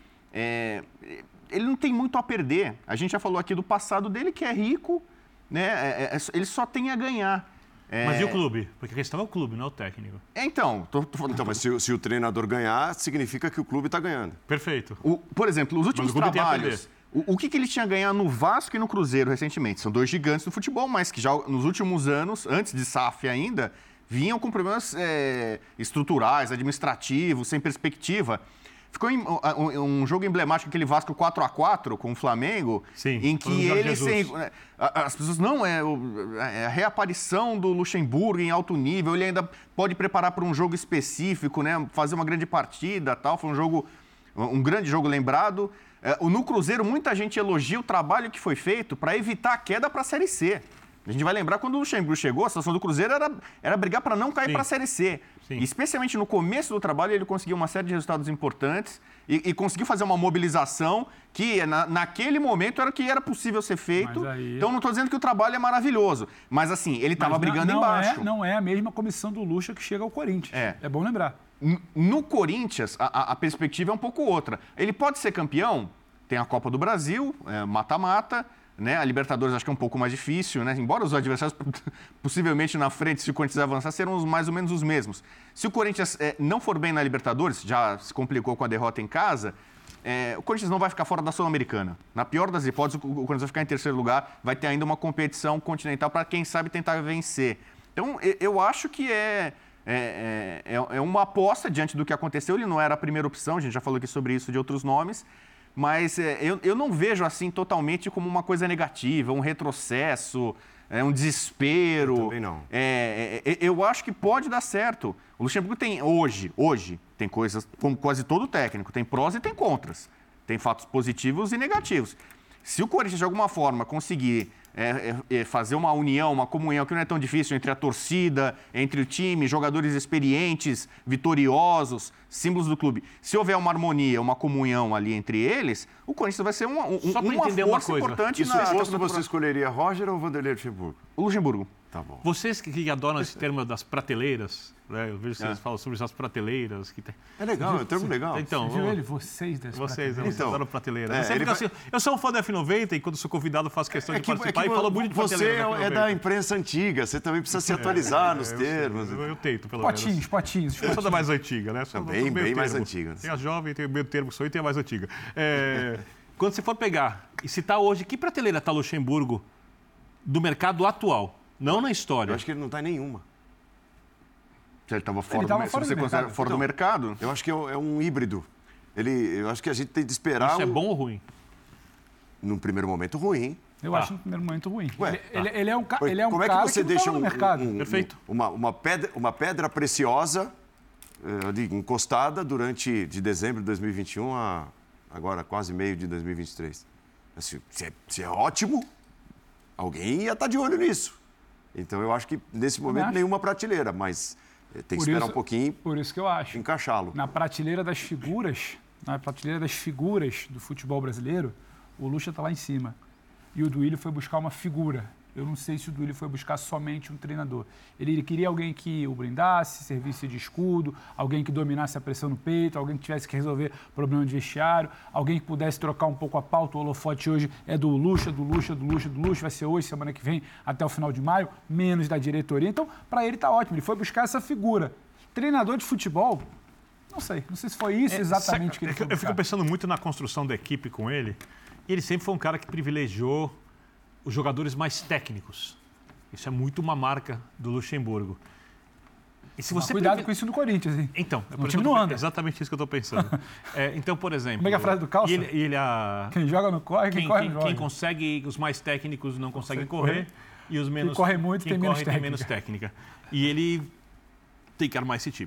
Speaker 3: ele não tem muito a perder. A gente já falou aqui do passado dele, que é rico, né? Ele só tem a ganhar.
Speaker 4: Mas e o clube? Porque a questão é o clube, não é o técnico.
Speaker 1: Então, mas se o treinador ganhar, significa que o clube está ganhando.
Speaker 4: Perfeito.
Speaker 3: Por exemplo, os últimos trabalhos, o que ele tinha a ganhar no Vasco e no Cruzeiro recentemente? São dois gigantes do futebol, mas que já nos últimos anos, antes de SAF ainda, vinham com problemas estruturais, administrativos, sem perspectiva. Ficou um jogo emblemático, aquele Vasco 4-4 com o Flamengo,
Speaker 4: sim,
Speaker 3: em que ele... as pessoas, não, é a reaparição do Luxemburgo em alto nível, ele ainda pode preparar para um jogo específico, né, fazer uma grande partida, tal. Foi um grande jogo lembrado. No Cruzeiro, muita gente elogia o trabalho que foi feito para evitar a queda para a Série C. A gente vai lembrar quando o Luxemburgo chegou, a situação do Cruzeiro era brigar para não cair para a Série C. E especialmente no começo do trabalho, ele conseguiu uma série de resultados importantes e conseguiu fazer uma mobilização que, naquele momento, era o que era possível ser feito. Então, não estou dizendo que o trabalho é maravilhoso, mas, assim, ele estava brigando embaixo.
Speaker 5: Não é a mesma comissão do Luxa que chega ao Corinthians. É bom lembrar.
Speaker 3: No Corinthians, a perspectiva é um pouco outra. Ele pode ser campeão, tem a Copa do Brasil, mata-mata, né? A Libertadores acho que é um pouco mais difícil, né? Embora os adversários, possivelmente na frente, se o Corinthians avançar, serão mais ou menos os mesmos. Se o Corinthians não for bem na Libertadores, já se complicou com a derrota em casa, o Corinthians não vai ficar fora da Sul-Americana. Na pior das hipóteses, o Corinthians vai ficar em terceiro lugar, vai ter ainda uma competição continental para, quem sabe, tentar vencer. Então, eu acho que é uma aposta diante do que aconteceu. Ele não era a primeira opção, a gente já falou aqui sobre isso de outros nomes. Mas eu não vejo assim totalmente como uma coisa negativa, um retrocesso, um desespero.
Speaker 1: Eu também não.
Speaker 3: Eu acho que pode dar certo. O Luxemburgo tem, hoje, tem coisas, como quase todo técnico, tem prós e tem contras. Tem fatos positivos e negativos. Se o Corinthians, de alguma forma, conseguir fazer uma união, uma comunhão, que não é tão difícil, entre a torcida, entre o time, jogadores experientes, vitoriosos, símbolos do clube. Se houver uma harmonia, uma comunhão ali entre eles, o Corinthians vai ser uma força importante.
Speaker 1: Isso posto, você escolheria Roger ou Vanderlei Luxemburgo?
Speaker 3: O Luxemburgo.
Speaker 1: Tá bom.
Speaker 4: Vocês que adoram esse termo das prateleiras, né? Eu vejo que vocês falam sobre essas prateleiras. Que tem...
Speaker 1: É legal, é um termo legal.
Speaker 4: Então,
Speaker 5: viu ele? Vocês
Speaker 4: adoram prateleiras. Eu sou um fã da F90 e quando sou convidado faço questão de participar e falo muito de prateleira.
Speaker 1: Você é da imprensa antiga, você também precisa se atualizar nos termos.
Speaker 4: Eu tento, pelo menos.
Speaker 5: Potinhos.
Speaker 4: Eu sou da mais antiga, né?
Speaker 1: Bem mais antiga.
Speaker 4: Tem a jovem, tem o meio termo que sou e tem a mais antiga. Quando você for pegar e citar hoje, que prateleira está Luxemburgo do mercado atual? Não na história.
Speaker 1: Eu acho que ele não está em nenhuma.
Speaker 3: Ele estava fora do mercado. Se você considera fora do mercado?
Speaker 1: Eu acho que é um híbrido. Eu acho que a gente tem de esperar...
Speaker 4: Isso é bom ou ruim?
Speaker 1: Num primeiro momento, ruim.
Speaker 5: Eu acho no primeiro momento ruim. Ele é um cara
Speaker 1: como é que você deixa
Speaker 5: no mercado.
Speaker 4: Perfeito.
Speaker 1: Uma pedra preciosa ali encostada de dezembro de 2021 a agora quase meio de 2023? Assim, se é ótimo, alguém ia estar de olho nisso. Então, eu acho que, nesse momento, nenhuma prateleira, mas tem que esperar um pouquinho.
Speaker 5: Por isso que eu acho.
Speaker 1: Encaixá-lo.
Speaker 5: Na prateleira das figuras do futebol brasileiro, o Lucha está lá em cima. E o Duílio foi buscar uma figura. Eu não sei se o Duílio foi buscar somente um treinador. Ele queria alguém que o blindasse, servisse de escudo, alguém que dominasse a pressão no peito, alguém que tivesse que resolver problema de vestiário, alguém que pudesse trocar um pouco a pauta. O holofote hoje é do Lucha, vai ser hoje, semana que vem, até o final de maio, menos da diretoria. Então, para ele está ótimo, ele foi buscar essa figura. Treinador de futebol, não sei se foi isso exatamente que ele foi buscar.
Speaker 4: Eu fico pensando muito na construção da equipe com ele, e ele sempre foi um cara que privilegiou os jogadores mais técnicos. Isso é muito uma marca do Luxemburgo. E se você
Speaker 5: cuidado com isso no Corinthians, hein?
Speaker 4: Então,
Speaker 5: é
Speaker 4: exatamente isso que eu estou pensando. Então, por exemplo...
Speaker 5: Como é que é a frase do Calça?
Speaker 4: Quem
Speaker 5: joga não corre, quem corre não joga.
Speaker 4: Quem consegue, os mais técnicos não conseguem correr, e os menos...
Speaker 5: Quem corre muito
Speaker 4: tem
Speaker 5: menos
Speaker 4: técnica. E ele tem que armar esse time.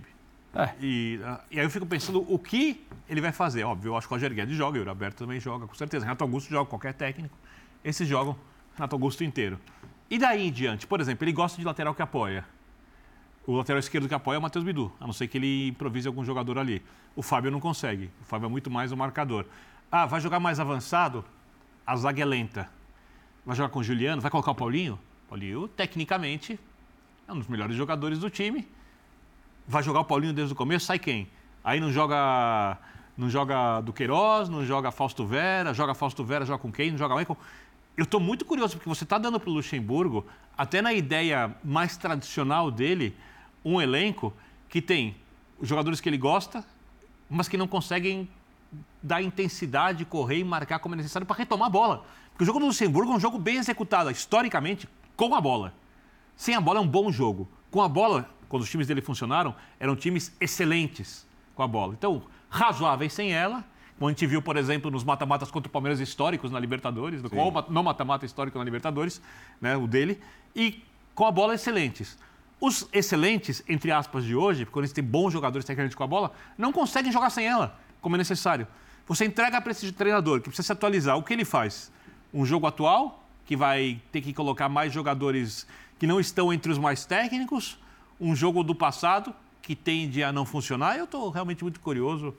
Speaker 4: E aí eu fico pensando o que ele vai fazer. Óbvio, eu acho que o Roger Guedes joga, o Yuri Alberto também joga, com certeza. Renato Augusto joga, qualquer técnico. Esses jogam Renato Augusto inteiro. E daí em diante? Por exemplo, ele gosta de lateral que apoia. O lateral esquerdo que apoia é o Matheus Bidu, a não ser que ele improvise algum jogador ali. O Fábio não consegue. O Fábio é muito mais o marcador. Vai jogar mais avançado? A zaga é lenta. Vai jogar com o Juliano? Vai colocar o Paulinho? Paulinho, tecnicamente, é um dos melhores jogadores do time. Vai jogar o Paulinho desde o começo? Sai quem? Aí não joga Duqueiroz, não joga Fausto Vera, joga com quem? Não joga Maicon. Eu estou muito curioso, porque você está dando para o Luxemburgo, até na ideia mais tradicional dele, um elenco que tem os jogadores que ele gosta, mas que não conseguem dar intensidade, correr e marcar como é necessário para retomar a bola. Porque o jogo do Luxemburgo é um jogo bem executado, historicamente, com a bola. Sem a bola é um bom jogo. Com a bola, quando os times dele funcionaram, eram times excelentes com a bola. Então, razoáveis sem ela, como a gente viu, por exemplo, nos mata-matas contra o Palmeiras históricos na Libertadores, ou no mata-mata histórico na Libertadores, né, o dele, e com a bola excelentes. Os excelentes, entre aspas, de hoje, quando eles têm bons jogadores tecnicamente com a bola, não conseguem jogar sem ela, como é necessário. Você entrega para esse treinador que precisa se atualizar. O que ele faz? Um jogo atual, que vai ter que colocar mais jogadores que não estão entre os mais técnicos, um jogo do passado, que tende a não funcionar. Eu estou realmente muito curioso.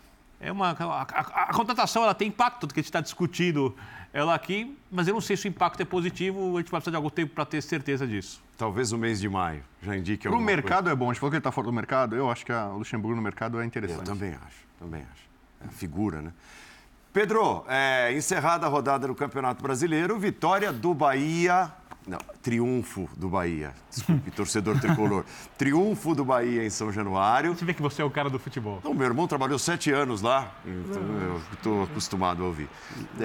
Speaker 4: A contratação ela tem impacto, tanto que a gente está discutindo ela aqui, mas eu não sei se o impacto é positivo, a gente vai precisar de algum tempo para ter certeza disso.
Speaker 1: Talvez o mês de maio já indique alguma
Speaker 3: coisa. Para o mercado é bom, a gente falou que ele está fora do mercado, eu acho que o Luxemburgo no mercado é interessante.
Speaker 1: Eu também acho. É a figura, né? Pedro, encerrada a rodada do Campeonato Brasileiro, vitória do Bahia... Não, triunfo do Bahia. Desculpe, torcedor tricolor. Triunfo do Bahia em São Januário.
Speaker 4: Você vê que você é o cara do futebol.
Speaker 1: Então, meu irmão trabalhou 7 anos lá, então eu estou acostumado a ouvir.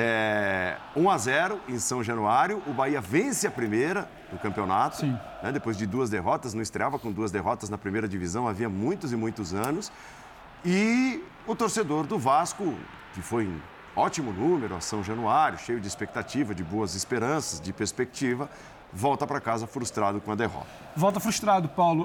Speaker 1: 1-0 em São Januário. O Bahia vence a primeira do campeonato.
Speaker 5: Sim.
Speaker 1: Né, depois de 2 derrotas, não estreava com 2 derrotas na primeira divisão, havia muitos e muitos anos. E o torcedor do Vasco, que foi em ótimo número a São Januário, cheio de expectativa, de boas esperanças, de perspectiva, volta para casa frustrado com a derrota.
Speaker 5: Volta frustrado, Paulo.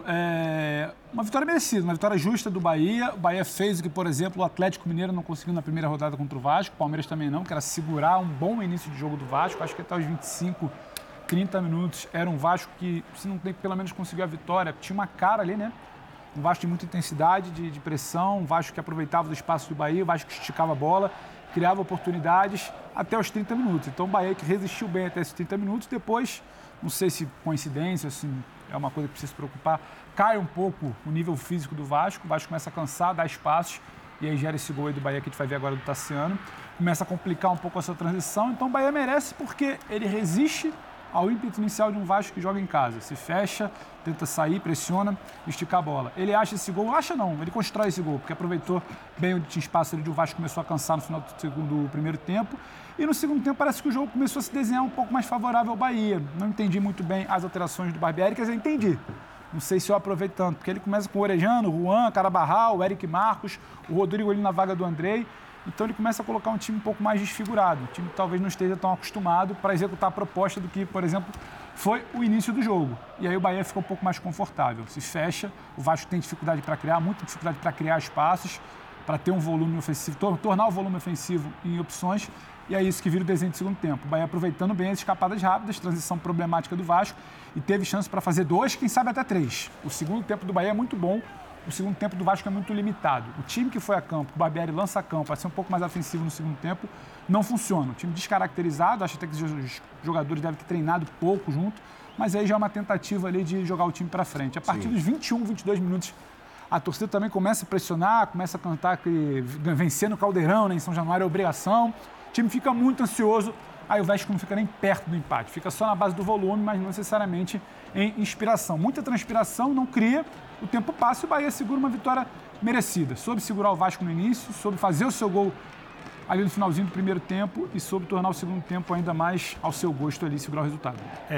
Speaker 5: Uma vitória merecida, uma vitória justa do Bahia. O Bahia fez o que, por exemplo, o Atlético Mineiro não conseguiu na primeira rodada contra o Vasco. O Palmeiras também não, que era segurar um bom início de jogo do Vasco. Acho que até os 25, 30 minutos era um Vasco que, se não tem, pelo menos conseguiu a vitória, tinha uma cara ali, né? Um Vasco de muita intensidade, de pressão, um Vasco que aproveitava do espaço do Bahia, um Vasco que esticava a bola, criava oportunidades até os 30 minutos. Então o Bahia que resistiu bem até esses 30 minutos, depois, não sei se coincidência, assim, é uma coisa que precisa se preocupar, cai um pouco o nível físico do Vasco começa a cansar, dá espaços, e aí gera esse gol aí do Bahia que a gente vai ver agora do Tassiano, começa a complicar um pouco essa transição, então o Bahia merece porque ele resiste ao ímpeto inicial de um Vasco que joga em casa, se fecha, tenta sair, pressiona, esticar a bola. Ele acha esse gol, ele constrói esse gol, porque aproveitou bem onde tinha espaço ali de o Vasco começou a cansar no final do primeiro tempo. E no segundo tempo parece que o jogo começou a se desenhar um pouco mais favorável ao Bahia. Não entendi muito bem as alterações do Barbieri, quer dizer, entendi. Não sei se eu aproveito tanto, porque ele começa com o Orejano, o Juan, Carabarral, o Eric Marcos, o Rodrigo ali na vaga do Andrei. Então ele começa a colocar um time um pouco mais desfigurado. O time que talvez não esteja tão acostumado para executar a proposta do que, por exemplo, foi o início do jogo. E aí o Bahia fica um pouco mais confortável. Se fecha, o Vasco tem dificuldade para criar, muita dificuldade para criar espaços, para ter um volume ofensivo, tornar o volume ofensivo em opções. E é isso que vira o desenho do segundo tempo. O Bahia aproveitando bem as escapadas rápidas, transição problemática do Vasco, e teve chance para fazer 2, quem sabe até 3. O segundo tempo do Bahia é muito bom. O segundo tempo do Vasco é muito limitado. O time que foi a campo, o Barbieri lança a campo, vai ser um pouco mais ofensivo no segundo tempo, não funciona. O time descaracterizado, acho até que os jogadores devem ter treinado pouco junto, mas aí já é uma tentativa ali de jogar o time para frente. A partir dos 21, 22 minutos, a torcida também começa a pressionar, começa a cantar que vencer no Caldeirão, né, em São Januário é obrigação. O time fica muito ansioso, aí o Vasco não fica nem perto do empate. Fica só na base do volume, mas não necessariamente em inspiração. Muita transpiração, não cria. O tempo passa e o Bahia segura uma vitória merecida. Soube segurar o Vasco no início, soube fazer o seu gol ali no finalzinho do primeiro tempo e soube tornar o segundo tempo ainda mais ao seu gosto ali, segurar o resultado.
Speaker 4: A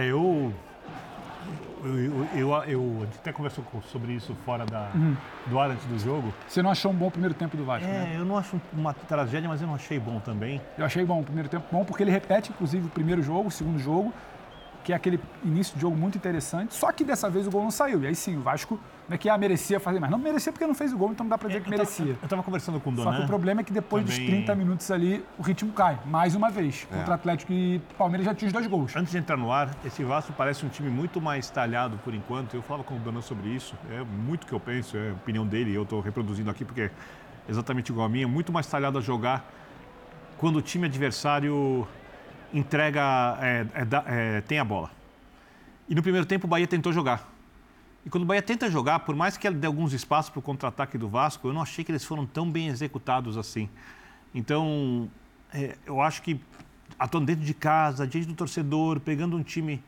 Speaker 4: gente até conversou sobre isso fora do ar antes do jogo.
Speaker 5: Você não achou um bom primeiro tempo do Vasco, né?
Speaker 4: Eu não acho uma tragédia, mas eu não achei bom também.
Speaker 5: Eu achei bom o primeiro tempo bom, porque ele repete, inclusive, o primeiro jogo, o segundo jogo, que é aquele início de jogo muito interessante, só que dessa vez o gol não saiu. E aí sim, o Vasco merecia fazer mais. Não merecia porque não fez o gol, então não dá para dizer que merecia.
Speaker 4: Eu estava conversando com o Donan.
Speaker 5: Só que o problema é que depois dos 30 minutos ali, o ritmo cai, mais uma vez. Contra o Atlético e Palmeiras já tinha os 2 gols.
Speaker 4: Antes de entrar no ar, esse Vasco parece um time muito mais talhado por enquanto. Eu falava com o Donan sobre isso. É muito o que eu penso, é a opinião dele. Eu estou reproduzindo aqui porque é exatamente igual a minha. Muito mais talhado a jogar quando o time adversário entrega, tem a bola. E no primeiro tempo o Bahia tentou jogar. E quando o Bahia tenta jogar, por mais que ele dê alguns espaços para o contra-ataque do Vasco, eu não achei que eles foram tão bem executados assim. Então, eu acho que atuando dentro de casa, diante do torcedor, pegando um time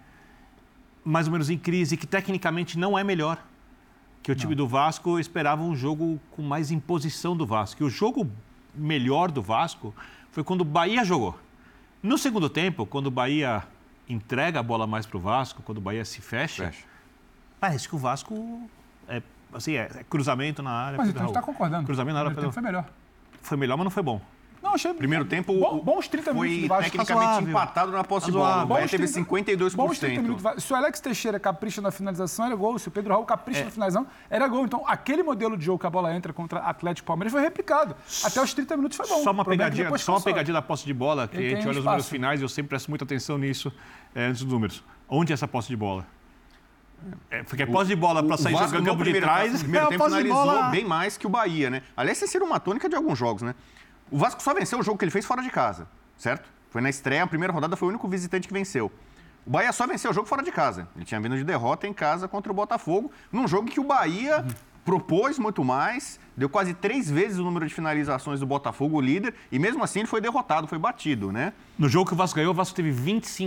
Speaker 4: mais ou menos em crise, que tecnicamente não é melhor que o time do Vasco, eu esperava um jogo com mais imposição do Vasco. E o jogo melhor do Vasco foi quando o Bahia jogou. No segundo tempo, quando o Bahia entrega a bola mais para o Vasco, quando o Bahia se fecha, parece que o Vasco é cruzamento na área.
Speaker 5: Mas então a gente está concordando.
Speaker 4: Cruzamento na área.
Speaker 5: Foi melhor.
Speaker 4: Foi melhor, mas não foi bom.
Speaker 5: Não, achei
Speaker 3: Primeiro tempo,
Speaker 5: bons 30 minutos
Speaker 3: foi
Speaker 5: do Vasco.
Speaker 3: tecnicamente empatado na posse de bola. O Bahia teve 52%.
Speaker 5: Bons 30 minutos. Se o Alex Teixeira capricha na finalização, era gol. Se o Pedro Raul capricha na finalização, era gol. Então, aquele modelo de jogo que a bola entra contra Atlético e Palmeiras foi replicado. Até os 30 minutos foi bom.
Speaker 4: Só uma pegadinha da posse de bola, que a gente olha os números finais e eu sempre presto muita atenção nisso, antes dos números. Onde é essa posse de bola? Porque a posse de bola para sair jogando campo de trás...
Speaker 3: No primeiro tempo finalizou bem mais que o Bahia, né? Aliás, essa seria uma tônica de alguns jogos, né? O Vasco só venceu o jogo que ele fez fora de casa, certo? Foi na estreia, a primeira rodada foi o único visitante que venceu. O Bahia só venceu o jogo fora de casa. Ele tinha vindo de derrota em casa contra o Botafogo, num jogo que o Bahia propôs muito mais, deu quase 3 vezes o número de finalizações do Botafogo, o líder, e mesmo assim ele foi derrotado, foi batido, né?
Speaker 4: No jogo que o Vasco ganhou, o Vasco teve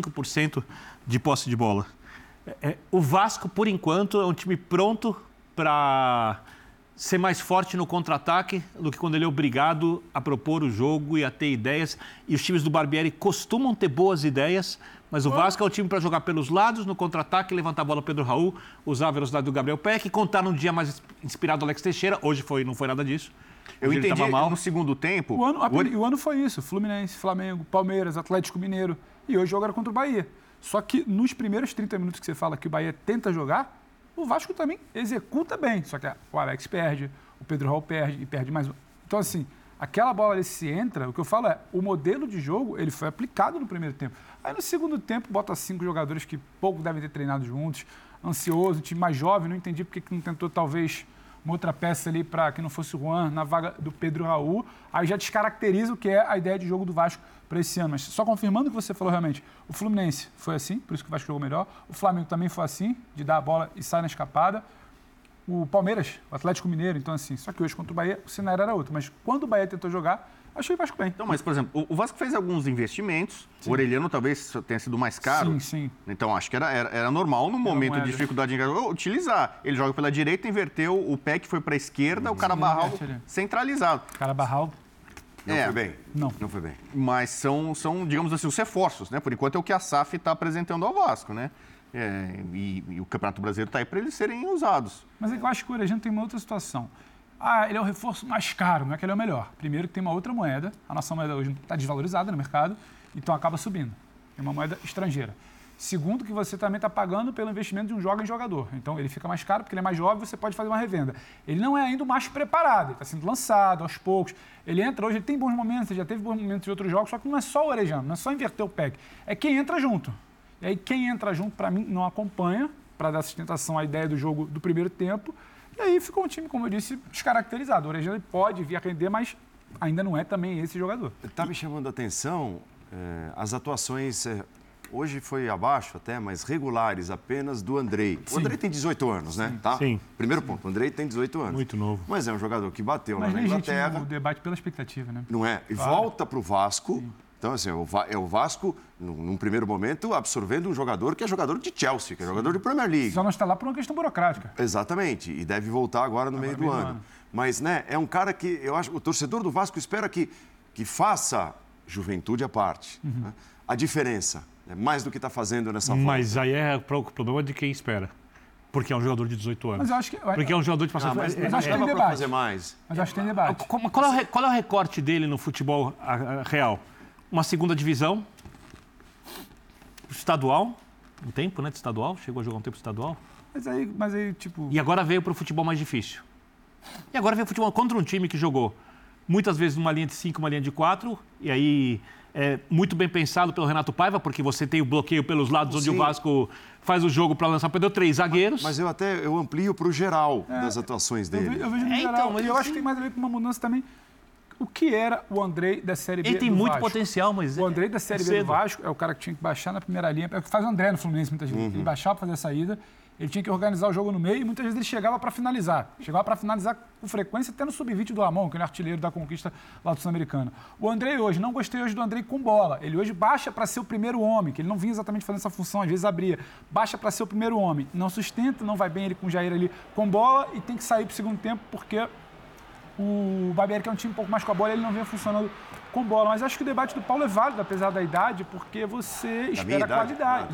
Speaker 4: 25% de posse de bola. O Vasco, por enquanto, é um time pronto para ser mais forte no contra-ataque do que quando ele é obrigado a propor o jogo e a ter ideias. E os times do Barbieri costumam ter boas ideias, mas o Vasco é o time para jogar pelos lados, no contra-ataque, levantar a bola Pedro Raul, usar a velocidade do Gabriel Peck, contar num dia mais inspirado do Alex Teixeira. Hoje não foi nada disso.
Speaker 3: Eu entendi no segundo tempo...
Speaker 5: O ano foi isso. Fluminense, Flamengo, Palmeiras, Atlético Mineiro. E hoje jogaram contra o Bahia. Só que nos primeiros 30 minutos que você fala que o Bahia tenta jogar, o Vasco também executa bem. Só que o Alex perde, o Pedro Raul perde e perde mais. Então, assim, aquela bola ali se entra, o que eu falo é, o modelo de jogo, ele foi aplicado no primeiro tempo. Aí no segundo tempo, bota 5 jogadores que pouco devem ter treinado juntos, ansioso, time mais jovem, não entendi porque que não tentou talvez uma outra peça ali para que não fosse o Juan na vaga do Pedro Raul. Aí já descaracteriza o que é a ideia de jogo do Vasco para esse ano. Mas só confirmando o que você falou realmente, o Fluminense foi assim, por isso que o Vasco jogou melhor. O Flamengo também foi assim, de dar a bola e sair na escapada. O Palmeiras, o Atlético Mineiro, então assim, só que hoje contra o Bahia o cenário era outro. Mas quando o Bahia tentou jogar, achei o Vasco bem.
Speaker 3: Então, mas, por exemplo, o Vasco fez alguns investimentos, sim. O Orelhano talvez tenha sido mais caro.
Speaker 5: Sim.
Speaker 3: Então, acho que era normal no momento de dificuldade em utilizar. Ele joga pela direita, inverteu, o Peck foi para a esquerda, o Carabarral centralizado.
Speaker 5: Carabarral...
Speaker 1: Não foi bem?
Speaker 5: Não
Speaker 1: foi bem.
Speaker 3: Mas são, digamos assim, os reforços, né? Por enquanto é o que a SAF está apresentando ao Vasco, né? E o Campeonato Brasileiro está aí para eles serem usados.
Speaker 5: Mas eu acho que o Orejano tem uma outra situação. Ele é o reforço mais caro, não é que ele é o melhor. Primeiro que tem uma outra moeda, a nossa moeda hoje está desvalorizada no mercado, então acaba subindo. É uma moeda estrangeira. Segundo, que você também está pagando pelo investimento de um jogador. Então, ele fica mais caro porque ele é mais jovem, você pode fazer uma revenda. Ele não é ainda o mais preparado, ele está sendo lançado aos poucos. Ele entra hoje, ele tem bons momentos, ele já teve bons momentos em outros jogos, só que não é só o Orejano, não é só inverter o pack. É quem entra junto. E aí, quem entra junto, para mim, não acompanha, para dar sustentação à ideia do jogo do primeiro tempo. E aí ficou um time, como eu disse, descaracterizado. O Orejano pode vir a render, mas ainda não é também esse jogador.
Speaker 1: Está me chamando a atenção as atuações... Hoje foi abaixo até, mas regulares apenas do Andrei. Sim. O Andrei tem 18 anos, né? Tá?
Speaker 4: Sim.
Speaker 1: Primeiro ponto, o Andrei tem 18 anos.
Speaker 4: Muito novo.
Speaker 1: Mas é um jogador que bateu lá
Speaker 5: na
Speaker 1: Inglaterra.
Speaker 5: Mas o debate pela expectativa, né?
Speaker 1: Não é? E volta para o Vasco. Sim. Então, assim, é o Vasco, num primeiro momento, absorvendo um jogador que é jogador de Chelsea, que é jogador de Premier League.
Speaker 5: Só não está lá por uma questão burocrática.
Speaker 1: Exatamente. E deve voltar agora no meio do ano. Mas, né, é um cara que eu acho o torcedor do Vasco espera que faça juventude à parte. Né? A diferença. É mais do que está fazendo nessa volta.
Speaker 4: Mas aí é o problema de quem espera. Porque é um jogador de 18 anos.
Speaker 5: Mas eu acho que...
Speaker 4: Porque é um jogador de passagem.
Speaker 5: Mas acho que tem debate.
Speaker 1: Fazer mais.
Speaker 5: Mas acho que tem debate.
Speaker 4: Qual é o recorte dele no futebol real? Uma segunda divisão, estadual, um tempo, né, de estadual, chegou a jogar um tempo de estadual.
Speaker 5: Mas aí, tipo...
Speaker 4: E agora veio para o futebol mais difícil. E agora veio o futebol contra um time que jogou muitas vezes numa linha de 5, uma linha de 4, e aí é muito bem pensado pelo Renato Paiva, porque você tem o bloqueio pelos lados, onde o Vasco faz o jogo para lançar, perdeu 3 zagueiros.
Speaker 1: Mas eu amplio para o geral das atuações dele.
Speaker 5: Eu vejo no geral,
Speaker 4: então, mas
Speaker 5: eu acho que tem mais a ver com uma mudança também. O que era o Andrei da Série B
Speaker 4: Ele tem
Speaker 5: do
Speaker 4: muito
Speaker 5: Vasco?
Speaker 4: potencial, mas...
Speaker 5: O Andrei da Série B do Vasco é o cara que tinha que baixar na primeira linha, é o que faz o André no Fluminense muitas vezes. Ele baixava para fazer a saída, ele tinha que organizar o jogo no meio e muitas vezes ele chegava para finalizar. Chegava para finalizar com frequência até no sub-20 do Ramon, que ele é artilheiro da conquista lá do Sul-Americano. O Andrei hoje, não gostei hoje do Andrei com bola. Ele hoje baixa para ser o primeiro homem, que ele não vinha exatamente fazendo essa função, às vezes abria. Baixa para ser o primeiro homem. Não sustenta, não vai bem ele com o Jair ali com bola e tem que sair para o segundo tempo porque o Barbieri, que é um time um pouco mais com a bola, ele não vinha funcionando com bola. Mas acho que o debate do Paulo é válido, apesar da idade, porque você espera qualidade.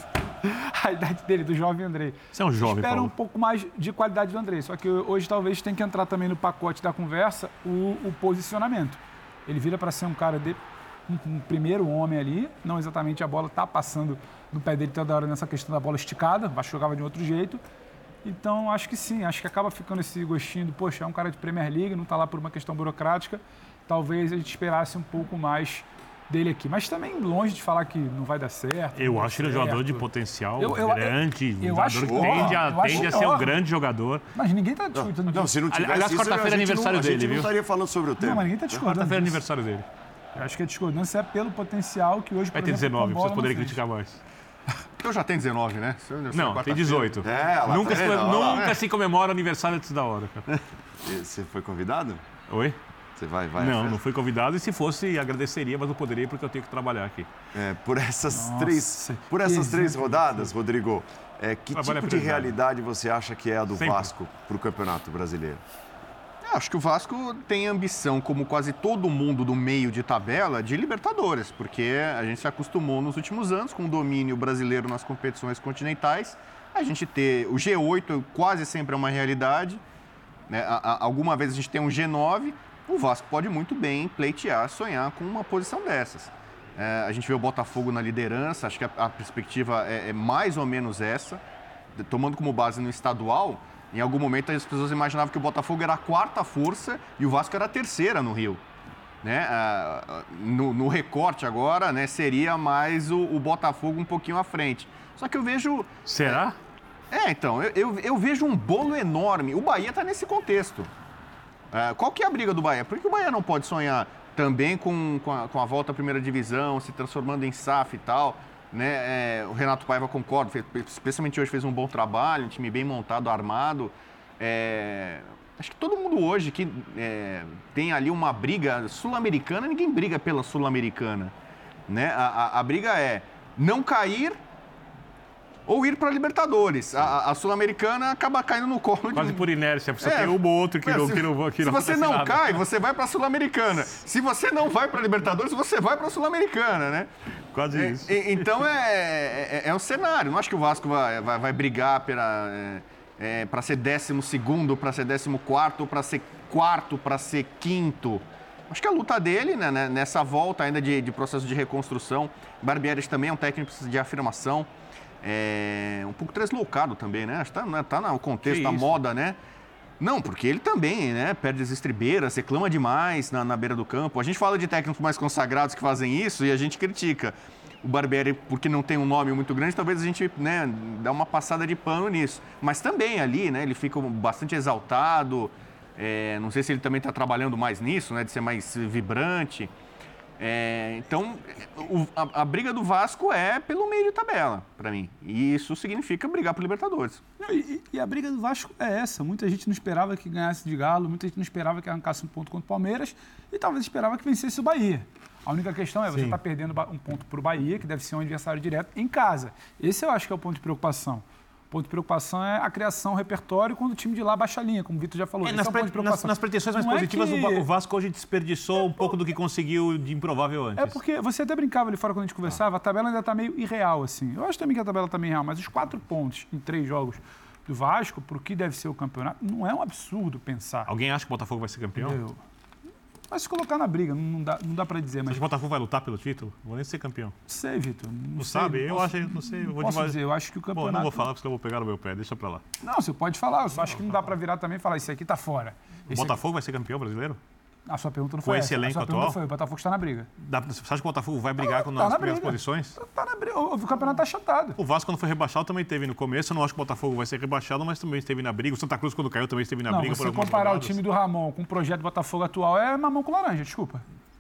Speaker 5: A idade dele, do jovem Andrei.
Speaker 4: Você é um jovem,
Speaker 5: espera
Speaker 4: Paulo.
Speaker 5: um pouco mais de qualidade do Andrei. Só que hoje talvez tenha que entrar também no pacote da conversa o posicionamento. Ele vira para ser um cara de um primeiro homem ali, não exatamente a bola está passando no pé dele toda hora nessa questão da bola esticada, o Vasco jogava de outro jeito. Então, acho que sim, acho que acaba ficando esse gostinho do, poxa, é um cara de Premier League, não está lá por uma questão burocrática. Talvez a gente esperasse um pouco mais dele aqui. Mas também longe de falar que não vai dar certo.
Speaker 4: Eu acho ele um jogador de potencial grande, um
Speaker 5: acho
Speaker 4: jogador que tende a ser um grande jogador.
Speaker 5: Mas ninguém está discutindo
Speaker 1: Não, se não tivesse
Speaker 4: Aliás,
Speaker 1: isso,
Speaker 4: quarta-feira é aniversário dele,
Speaker 1: a gente
Speaker 4: viu?
Speaker 1: não estaria falando sobre o tema.
Speaker 5: Não, mas ninguém está discordando.
Speaker 4: Quarta-feira é
Speaker 5: disso.
Speaker 4: aniversário dele.
Speaker 5: Eu acho que a discordância é pelo potencial que hoje, por
Speaker 4: Vai ter
Speaker 5: exemplo,
Speaker 4: 19,
Speaker 5: com bola
Speaker 4: vocês poderem
Speaker 5: não fez.
Speaker 4: criticar mais.
Speaker 3: Eu já tenho 19, né?
Speaker 4: Não, tem 18.
Speaker 1: Lá
Speaker 4: Nunca,
Speaker 1: tá vendo?
Speaker 4: nunca se comemora aniversário antes da hora, cara.
Speaker 1: E você foi convidado?
Speaker 4: Oi?
Speaker 1: Você vai?
Speaker 4: Não fui convidado e se fosse agradeceria, mas não poderia porque eu tenho que trabalhar aqui.
Speaker 1: Por essas três rodadas, Rodrigo, que tipo de realidade você acha que é a do Vasco para o Campeonato Brasileiro?
Speaker 3: Acho que o Vasco tem ambição, como quase todo mundo do meio de tabela, de Libertadores, porque a gente se acostumou nos últimos anos com o domínio brasileiro nas competições continentais. A gente ter o G8 quase sempre é uma realidade, né? Alguma vez a gente tem um G9, o Vasco pode muito bem pleitear, sonhar com uma posição dessas. A gente vê o Botafogo na liderança, acho que a perspectiva é mais ou menos essa, tomando como base no estadual. Em algum momento as pessoas imaginavam que o Botafogo era a 4ª força e o Vasco era a 3ª no Rio. Né? No recorte agora, né, seria mais o Botafogo um pouquinho à frente. Só que eu vejo...
Speaker 4: Será?
Speaker 3: Então, eu vejo um bolo enorme. O Bahia está nesse contexto. Qual que é a briga do Bahia? Por que o Bahia não pode sonhar também com a volta à primeira divisão, se transformando em SAF e tal? Né? O Renato Paiva concorda, especialmente hoje fez um bom trabalho, um time bem montado, armado. Acho que todo mundo hoje que tem ali uma briga sul-americana, ninguém briga pela sul-americana. Né? A briga é não cair ou ir para a Libertadores. A sul-americana acaba caindo no colo de...
Speaker 4: Quase por inércia, você tem um ou outro que não
Speaker 3: Se você não cai, você vai para a sul-americana. Se você não vai para a Libertadores, você vai para a sul-americana, né?
Speaker 4: Quase isso.
Speaker 3: Então é um cenário. Não acho que o Vasco vai brigar para ser 12º, para ser 14º, para ser 4º, para ser 5º. Acho que a luta dele, né, nessa volta ainda de processo de reconstrução. Barbieri também é um técnico de afirmação. Um pouco deslocado também, né? Acho que tá no contexto da moda, né? Não, porque ele também, né? Perde as estribeiras, reclama demais na beira do campo. A gente fala de técnicos mais consagrados que fazem isso e a gente critica. O Barbieri, porque não tem um nome muito grande, talvez a gente, né, dá uma passada de pano nisso. Mas também ali, né? Ele fica bastante exaltado. Não sei se ele também está trabalhando mais nisso, né? De ser mais vibrante. Então, a briga do Vasco é pelo meio de tabela, para mim. E isso significa brigar por Libertadores.
Speaker 5: E a briga do Vasco é essa. Muita gente não esperava que ganhasse de Galo, muita gente não esperava que arrancasse um ponto contra o Palmeiras e talvez esperava que vencesse o Bahia. A única questão é você está perdendo um ponto para o Bahia, que deve ser um adversário direto, em casa. Esse eu acho que é o ponto de preocupação. O ponto de preocupação é a criação, o repertório, quando o time de lá baixa a linha, como o Vitor já falou.
Speaker 4: Nas pretensões mais positivas, o Vasco hoje desperdiçou um pouco do que conseguiu de improvável antes.
Speaker 5: Porque você até brincava ali fora quando a gente conversava, a tabela ainda está meio irreal, assim. Eu acho também que a tabela está meio irreal, mas os 4 pontos em 3 jogos do Vasco, para o que deve ser o campeonato, não é um absurdo pensar.
Speaker 4: Alguém acha que o Botafogo vai ser campeão?
Speaker 5: Vai se colocar na briga, não dá para dizer.
Speaker 4: Mas
Speaker 5: Mas
Speaker 4: o Botafogo vai lutar pelo título? Vou nem ser campeão.
Speaker 5: não sei, Vitor.
Speaker 4: Não sabe? Eu acho, não sei. Eu vou
Speaker 5: Posso dizer, eu acho que o
Speaker 4: Bom,
Speaker 5: campeonato...
Speaker 4: não vou falar porque eu vou pegar no meu pé, deixa pra lá.
Speaker 5: Não, você pode falar, eu só acho que não dá para virar também e falar, isso aqui tá fora.
Speaker 4: O Botafogo vai ser campeão brasileiro?
Speaker 5: A sua pergunta não
Speaker 4: Com
Speaker 5: foi
Speaker 4: esse
Speaker 5: essa.
Speaker 4: elenco
Speaker 5: a sua pergunta
Speaker 4: atual?
Speaker 5: foi, o Botafogo está na briga.
Speaker 4: Você acha que o Botafogo vai brigar
Speaker 5: Tá
Speaker 4: nas
Speaker 5: na
Speaker 4: primeiras
Speaker 5: briga.
Speaker 4: posições?
Speaker 5: Tá na briga. O campeonato tá achatado.
Speaker 4: O Vasco, quando foi rebaixado, também teve no começo. Eu não acho que o Botafogo vai ser rebaixado, mas também esteve na briga. O Santa Cruz, quando caiu, também esteve na
Speaker 5: Não,
Speaker 4: briga.
Speaker 5: você comparar o time do Ramon com o projeto do Botafogo atual é mamão com laranja, desculpa.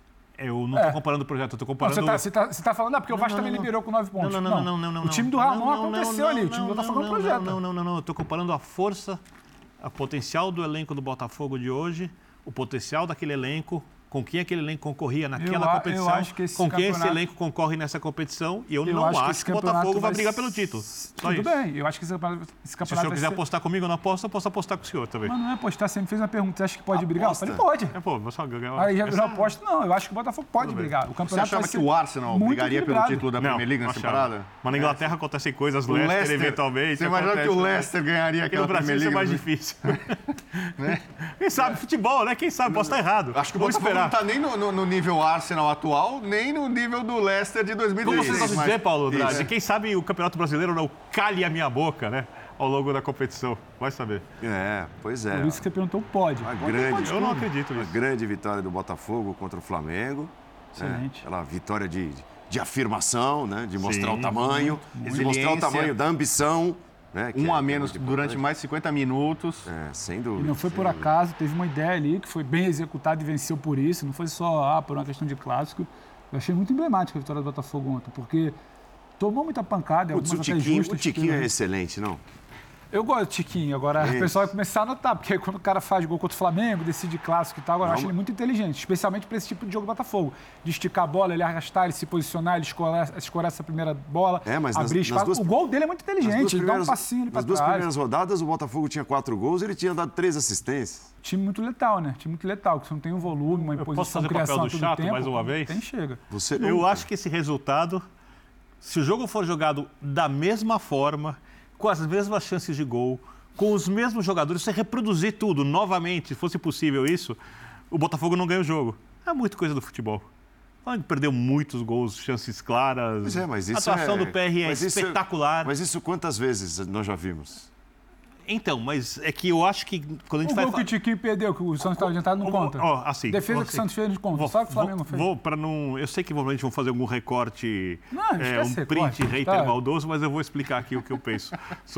Speaker 4: Eu não estou comparando o projeto, eu estou comparando...
Speaker 5: Você tá falando, porque o Vasco também liberou com 9 pontos.
Speaker 4: Não.
Speaker 5: O time do Ramon aconteceu ali, o time do Botafogo é um projeto.
Speaker 4: Não. Eu estou comparando a força, a potencial do elenco do Botafogo de hoje, o potencial daquele elenco, com quem aquele elenco concorria naquela competição,
Speaker 5: eu acho que esse
Speaker 4: com quem esse
Speaker 5: campeonato-
Speaker 4: elenco concorre nessa competição, e eu não
Speaker 5: acho
Speaker 4: acho que o Botafogo vai brigar pelo título. Só
Speaker 5: Tudo
Speaker 4: isso.
Speaker 5: bem, eu acho que esse
Speaker 4: Se o
Speaker 5: campeonato
Speaker 4: senhor
Speaker 5: vai
Speaker 4: quiser
Speaker 5: ser...
Speaker 4: apostar comigo, eu não aposto, eu posso apostar com o senhor também.
Speaker 5: Mas não é apostar, você me fez uma pergunta, você acha que pode brigar? Eu
Speaker 1: Aposta.
Speaker 5: falei, pode.
Speaker 4: Pô, vou só ganhar.
Speaker 5: Aí já virou aposta, não, eu acho que o Botafogo pode brigar. O
Speaker 1: Você
Speaker 5: campeonato
Speaker 1: achava
Speaker 5: vai
Speaker 1: que
Speaker 5: ser
Speaker 1: o Arsenal
Speaker 5: muito
Speaker 1: brigaria pelo
Speaker 5: equilibrado.
Speaker 1: título da
Speaker 4: Não,
Speaker 1: Premier League
Speaker 4: não
Speaker 1: nessa
Speaker 4: achava.
Speaker 1: temporada?
Speaker 4: Mas na Inglaterra acontecem coisas,
Speaker 1: O
Speaker 4: Leicester eventualmente.
Speaker 1: Você imagina que o
Speaker 4: acontece, né?
Speaker 1: Leicester ganharia
Speaker 4: Aqui no
Speaker 1: aquela
Speaker 4: Brasil
Speaker 1: Premier
Speaker 4: isso é
Speaker 1: League?
Speaker 4: mais difícil. Quem sabe futebol, né? Quem sabe? Posso estar errado.
Speaker 1: Acho que o
Speaker 4: Vamos
Speaker 1: Botafogo não
Speaker 4: esperar.
Speaker 1: está nem no nível Arsenal atual, nem no nível do Leicester de
Speaker 4: Como
Speaker 1: 2016.
Speaker 4: você pode dizer, Paulo Andrade?
Speaker 1: Isso.
Speaker 4: Quem sabe o Campeonato Brasileiro não calhe a minha boca, né? Ao longo da competição. Vai saber.
Speaker 1: Pois é.
Speaker 5: Por isso que você perguntou, pode.
Speaker 1: Uma
Speaker 5: Pode,
Speaker 1: grande,
Speaker 5: pode
Speaker 4: Eu não
Speaker 5: tudo.
Speaker 4: acredito
Speaker 1: uma
Speaker 4: nisso.
Speaker 1: grande vitória do Botafogo contra o Flamengo.
Speaker 5: Excelente.
Speaker 1: Aquela vitória de afirmação, né? De mostrar
Speaker 4: Sim,
Speaker 1: o tamanho, de mostrar o tamanho da ambição. Né? Que
Speaker 3: Um
Speaker 1: é
Speaker 3: a menos
Speaker 1: muito
Speaker 3: durante
Speaker 1: importante.
Speaker 3: mais 50 minutos.
Speaker 1: Sem
Speaker 5: E
Speaker 1: dúvida.
Speaker 5: não foi
Speaker 1: sem
Speaker 5: por
Speaker 1: dúvida.
Speaker 5: acaso, teve uma ideia ali que foi bem executada e venceu por isso. Não foi só por uma questão de clássico. Eu achei muito emblemática a vitória do Botafogo ontem, porque tomou muita pancada.
Speaker 1: Putz,
Speaker 5: algumas
Speaker 1: o
Speaker 5: até
Speaker 1: Tiquinho,
Speaker 5: justas,
Speaker 1: é excelente, não?
Speaker 5: Eu gosto do Tiquinho, agora
Speaker 1: Isso.
Speaker 5: o pessoal vai começar a notar, porque quando o cara faz gol contra o Flamengo, decide clássico e tal, agora eu acho ele muito inteligente, especialmente para esse tipo de jogo do Botafogo. De esticar a bola, ele arrastar, ele se posicionar, ele escorar essa primeira bola,
Speaker 1: Mas
Speaker 5: abrir espaço. O gol dele é muito inteligente, ele dá um passinho ali para
Speaker 1: Nas duas
Speaker 5: trás.
Speaker 1: primeiras rodadas, o Botafogo tinha 4 gols e ele tinha dado 3 assistências.
Speaker 5: Time muito letal, né? Time muito letal, que você não tem um volume, uma
Speaker 4: Eu posso
Speaker 5: imposição,
Speaker 4: fazer o papel
Speaker 5: criação
Speaker 4: do
Speaker 5: todo
Speaker 4: chato
Speaker 5: tempo.
Speaker 4: mais uma vez?
Speaker 5: Tem, chega.
Speaker 1: Você
Speaker 4: Eu
Speaker 1: nunca.
Speaker 4: acho que esse resultado, se o jogo for jogado da mesma forma, com as mesmas chances de gol, com os mesmos jogadores, você reproduzir tudo novamente, se fosse possível isso, o Botafogo não ganha o jogo. É muito coisa do futebol. Ele perdeu muitos gols, chances claras.
Speaker 1: Pois é, mas isso
Speaker 4: a atuação do PR é
Speaker 1: mas isso
Speaker 4: espetacular.
Speaker 1: Mas isso quantas vezes nós já vimos?
Speaker 4: Então, mas é que eu acho que quando a gente
Speaker 5: O
Speaker 4: vai
Speaker 5: gol que o Tiquinho perdeu, que o Santos estava adiantado, não conta.
Speaker 4: assim,
Speaker 5: Defesa que o Santos fez, não conta. Só que o Flamengo não fez.
Speaker 4: Vou para não. Eu sei que provavelmente vão fazer algum recorte,
Speaker 5: Não, esquece
Speaker 4: um print
Speaker 5: recorte,
Speaker 4: hater
Speaker 5: tá.
Speaker 4: maldoso, mas eu vou explicar aqui o que eu penso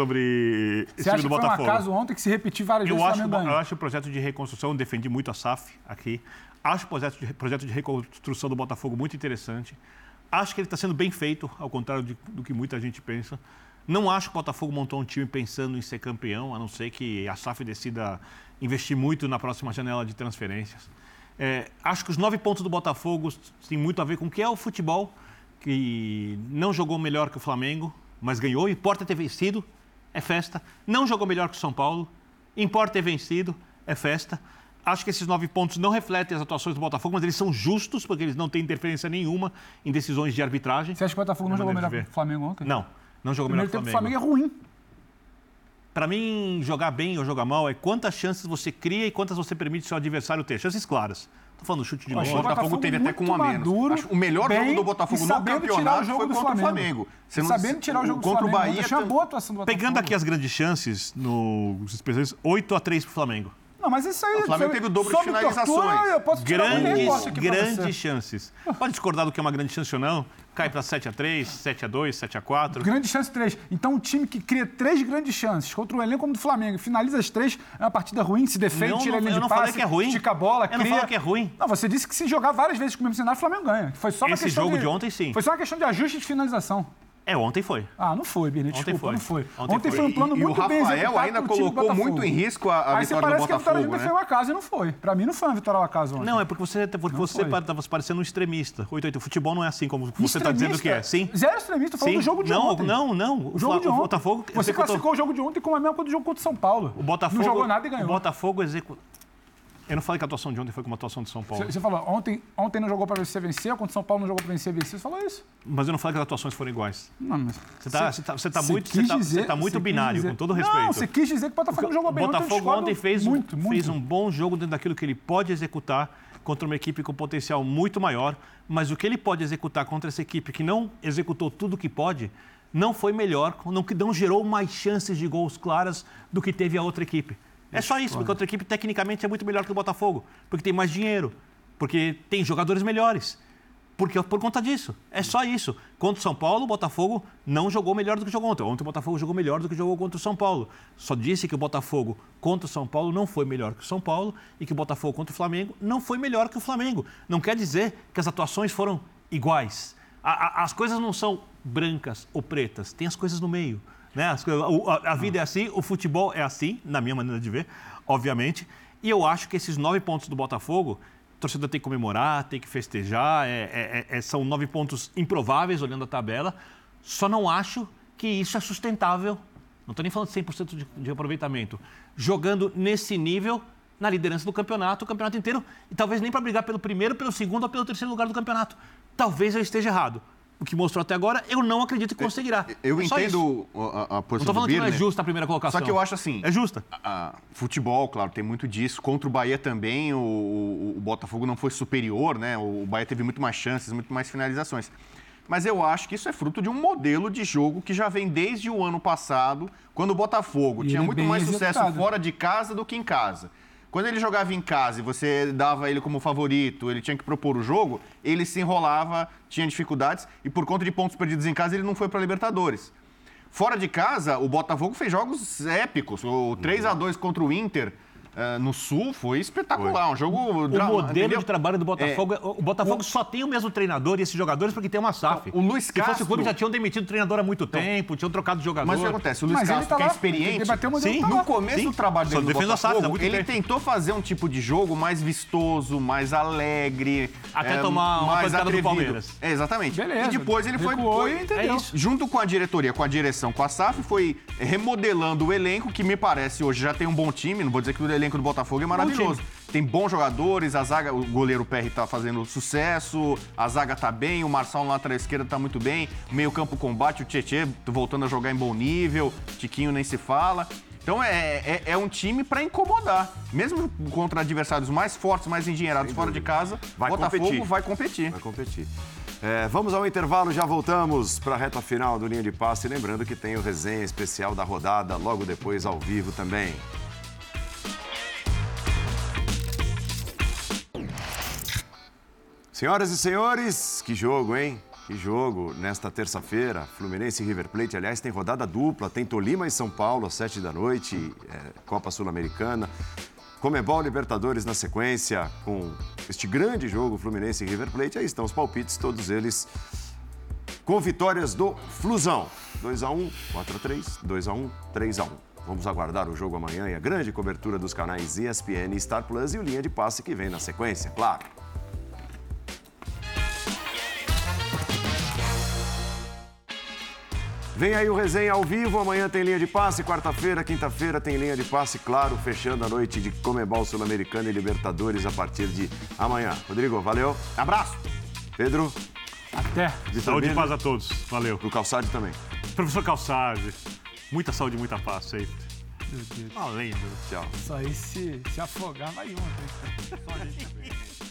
Speaker 4: sobre esse
Speaker 5: Você
Speaker 4: time
Speaker 5: acha
Speaker 4: do
Speaker 5: que foi um
Speaker 4: Botafogo.
Speaker 5: acaso ontem que se repetir várias vezes o Flamengo
Speaker 4: Eu
Speaker 5: ganha?
Speaker 4: acho o projeto de reconstrução, eu defendi muito a SAF aqui. Acho o projeto de reconstrução do Botafogo muito interessante. Acho que ele está sendo bem feito, ao contrário do que muita gente pensa. Não acho que o Botafogo montou um time pensando em ser campeão, a não ser que a SAF decida investir muito na próxima janela de transferências. Acho que os 9 pontos do Botafogo têm muito a ver com o que é o futebol, que não jogou melhor que o Flamengo, mas ganhou. Importa ter vencido, é festa. Não jogou melhor que o São Paulo, importa ter vencido, é festa. Acho que esses 9 pontos não refletem as atuações do Botafogo, mas eles são justos, porque eles não têm interferência nenhuma em decisões de arbitragem.
Speaker 5: Você acha que o Botafogo não jogou melhor que o Flamengo ontem?
Speaker 4: Não jogou
Speaker 5: O
Speaker 4: melhor
Speaker 5: primeiro
Speaker 4: que o
Speaker 5: tempo do
Speaker 4: Flamengo.
Speaker 5: Flamengo é ruim.
Speaker 4: Para mim, jogar bem ou jogar mal é quantas chances você cria e quantas você permite seu adversário ter. Chances claras. Estou falando chute de
Speaker 5: Eu achei
Speaker 4: longe.
Speaker 5: o Botafogo
Speaker 3: teve até com um a
Speaker 5: muito
Speaker 3: menos.
Speaker 5: maduro,
Speaker 3: Acho o melhor
Speaker 5: bem,
Speaker 3: jogo do Botafogo
Speaker 5: e
Speaker 3: no
Speaker 5: sabendo tirar o
Speaker 3: campeonato
Speaker 5: jogo
Speaker 3: foi
Speaker 5: do
Speaker 3: contra o Flamengo. Você não-
Speaker 5: Sabendo tirar o jogo do
Speaker 3: contra o
Speaker 5: Flamengo.
Speaker 3: Bahia,
Speaker 5: Achei uma boa atuação do Botafogo.
Speaker 4: Pegando aqui as grandes chances, nos expressões 8-3 para o Flamengo.
Speaker 5: Não, mas isso aí...
Speaker 3: O Flamengo teve o dobro de
Speaker 5: sob
Speaker 3: finalizações.
Speaker 5: tortura, eu posso tirar qualquer recorte aqui pra você.
Speaker 4: Grandes chances. Pode discordar do que é uma grande chance ou não. Cai para 7-3, 7-2, 7-4.
Speaker 5: Grande chance 3. Então, um time que cria 3 grandes chances contra um elenco como o do Flamengo e finaliza as 3, é uma partida ruim, se defende,
Speaker 4: Não,
Speaker 5: tira a linha
Speaker 4: eu
Speaker 5: de
Speaker 4: não
Speaker 5: passe,
Speaker 4: falei que é ruim.
Speaker 5: estica a bola,
Speaker 4: Eu
Speaker 5: cria...
Speaker 4: não falei que é ruim.
Speaker 5: Não, você disse que se jogar várias vezes com o mesmo cenário, o Flamengo ganha. Foi só uma
Speaker 4: Esse
Speaker 5: questão
Speaker 4: jogo de ontem, sim.
Speaker 5: Foi só uma questão de ajuste de finalização.
Speaker 4: Ontem foi.
Speaker 5: Ah, não foi, Birne,
Speaker 4: Ontem
Speaker 5: desculpa,
Speaker 4: foi.
Speaker 5: não foi.
Speaker 4: Ontem
Speaker 5: Ontem
Speaker 4: foi.
Speaker 5: foi um plano
Speaker 3: E o
Speaker 5: muito bem
Speaker 3: Rafael
Speaker 5: executado
Speaker 3: ainda
Speaker 5: pelo time do
Speaker 3: colocou
Speaker 5: Botafogo.
Speaker 3: muito em risco a
Speaker 5: Aí você
Speaker 3: vitória do
Speaker 5: parece que a vitória
Speaker 3: Botafogo,
Speaker 5: do
Speaker 3: né?
Speaker 5: foi um acaso e não foi. Pra mim não foi uma vitória ao acaso ontem.
Speaker 4: Não, é porque você
Speaker 5: foi.
Speaker 4: estava parecendo um extremista. 8-8. O futebol não é assim como você está dizendo que é. Sim.
Speaker 5: Zero extremista, falando
Speaker 4: Sim.
Speaker 5: do jogo de
Speaker 4: não,
Speaker 5: ontem.
Speaker 4: Não.
Speaker 5: O jogo de
Speaker 4: o
Speaker 5: ontem.
Speaker 4: Botafogo
Speaker 5: Você
Speaker 4: executou.
Speaker 5: classificou o jogo de ontem como a mesma coisa do jogo contra o São Paulo.
Speaker 4: O Botafogo,
Speaker 5: não jogou nada e ganhou.
Speaker 4: O Botafogo executou. Eu não falei que a atuação de ontem foi como a atuação de São Paulo.
Speaker 5: Você falou, ontem não jogou pra vencer, venceu, contra o São Paulo não jogou pra vencer, venceu. Você falou isso.
Speaker 4: Mas eu não falei que as atuações foram iguais.
Speaker 5: Não, mas
Speaker 4: Você está muito binário, com todo respeito.
Speaker 5: Não, você quis dizer que o Botafogo não jogou bem
Speaker 4: O Botafogo
Speaker 5: ontem.
Speaker 4: ontem fez um bom jogo dentro daquilo que ele pode executar, contra uma equipe com potencial muito maior, mas o que ele pode executar contra essa equipe que não executou tudo o que pode, não foi melhor, não gerou mais chances de gols claras do que teve a outra equipe. É só isso, porque a outra equipe tecnicamente é muito melhor que o Botafogo, porque tem mais dinheiro, porque tem jogadores melhores. Porque por conta disso. É só isso. Contra o São Paulo, o Botafogo não jogou melhor do que jogou ontem. Ontem o Botafogo jogou melhor do que jogou contra o São Paulo. Só disse que o Botafogo contra o São Paulo não foi melhor que o São Paulo e que o Botafogo contra o Flamengo não foi melhor que o Flamengo. Não quer dizer que as atuações foram iguais. As coisas não são brancas ou pretas. Tem as coisas no meio. Né? A vida é assim, o futebol é assim, na minha maneira de ver, obviamente. E eu acho que esses 9 pontos do Botafogo, a torcida tem que comemorar, tem que festejar, são 9 pontos improváveis olhando a tabela, só não acho que isso é sustentável, não estou nem falando de 100% de aproveitamento, jogando nesse nível na liderança do campeonato, o campeonato inteiro, e talvez nem para brigar pelo primeiro, pelo segundo ou pelo terceiro lugar do campeonato. Talvez eu esteja errado. O que mostrou até agora, eu não acredito que conseguirá.
Speaker 3: Eu entendo a posição do Birner.
Speaker 4: Não estou falando que não é justa a primeira colocação.
Speaker 3: Só que eu acho assim...
Speaker 4: É justa.
Speaker 3: Futebol, claro, tem muito disso. Contra o Bahia também, o Botafogo não foi superior, né? O Bahia teve muito mais chances, muito mais finalizações. Mas eu acho que isso é fruto de um modelo de jogo que já vem desde o ano passado, quando o Botafogo tinha muito mais sucesso fora de casa do que em casa. Quando ele jogava em casa e você dava ele como favorito, ele tinha que propor o jogo, ele se enrolava, tinha dificuldades e por conta de pontos perdidos em casa ele não foi para a Libertadores. Fora de casa, o Botafogo fez jogos épicos. O 3-2 contra o Inter no Sul foi espetacular. Um jogo...
Speaker 4: O modelo de trabalho do Botafogo... o Botafogo só tem o mesmo treinador e esses jogadores porque tem uma SAF.
Speaker 3: O Luiz Castro...
Speaker 4: Se fosse o clube, já tinham demitido o treinador há muito tempo, tinham trocado de jogador.
Speaker 3: Mas o que acontece? O Luiz Castro, que é experiente... No começo do trabalho dele no Botafogo, ele tentou fazer um tipo de jogo mais vistoso, mais alegre...
Speaker 4: Até tomar uma pancada do Palmeiras.
Speaker 3: Exatamente.
Speaker 5: Beleza.
Speaker 3: E depois ele foi...
Speaker 5: Entendeu?
Speaker 3: Junto com a diretoria, com a direção, com a SAF, foi remodelando o elenco, que me parece hoje já tem um bom time. Não vou dizer que o elenco do Botafogo é maravilhoso. Tem bons jogadores, a zaga, o goleiro Perry tá fazendo sucesso, a zaga tá bem, o Marçal na lateral esquerda tá muito bem, o meio-campo combate, o Tietê voltando a jogar em bom nível, Tiquinho nem se fala. Então é um time para incomodar. Mesmo contra adversários mais fortes, mais engenheirados fora de casa, o Botafogo vai competir.
Speaker 1: Vai competir. Vamos ao intervalo, já voltamos para a reta final do Linha de Passe. Lembrando que tem o resenha especial da rodada, logo depois ao vivo também. Senhoras e senhores, que jogo, hein? Que jogo nesta terça-feira. Fluminense e River Plate, aliás, tem rodada dupla. Tem Tolima e São Paulo às 7h, Copa Sul-Americana. Conmebol Libertadores na sequência, com este grande jogo Fluminense e River Plate. Aí estão os palpites, todos eles com vitórias do Flusão. 2-1, 4-3, 2-1, 3-1. Vamos aguardar o jogo amanhã e a grande cobertura dos canais ESPN, Star Plus e o Linha de Passe que vem na sequência, claro. Vem aí o resenha ao vivo, amanhã tem Linha de Passe, quarta-feira, quinta-feira tem Linha de Passe, claro, fechando a noite de Conmebol Sul-Americana e Libertadores a partir de amanhã. Rodrigo, valeu. Abraço. Pedro.
Speaker 5: Até.
Speaker 4: Saúde e paz a todos. Valeu.
Speaker 1: Pro Calçade também.
Speaker 4: Professor Calçade. Muita saúde e muita paz sempre.
Speaker 5: Meu Deus.
Speaker 4: Valendo.
Speaker 1: Tchau.
Speaker 5: Isso aí se afogar vai ontem.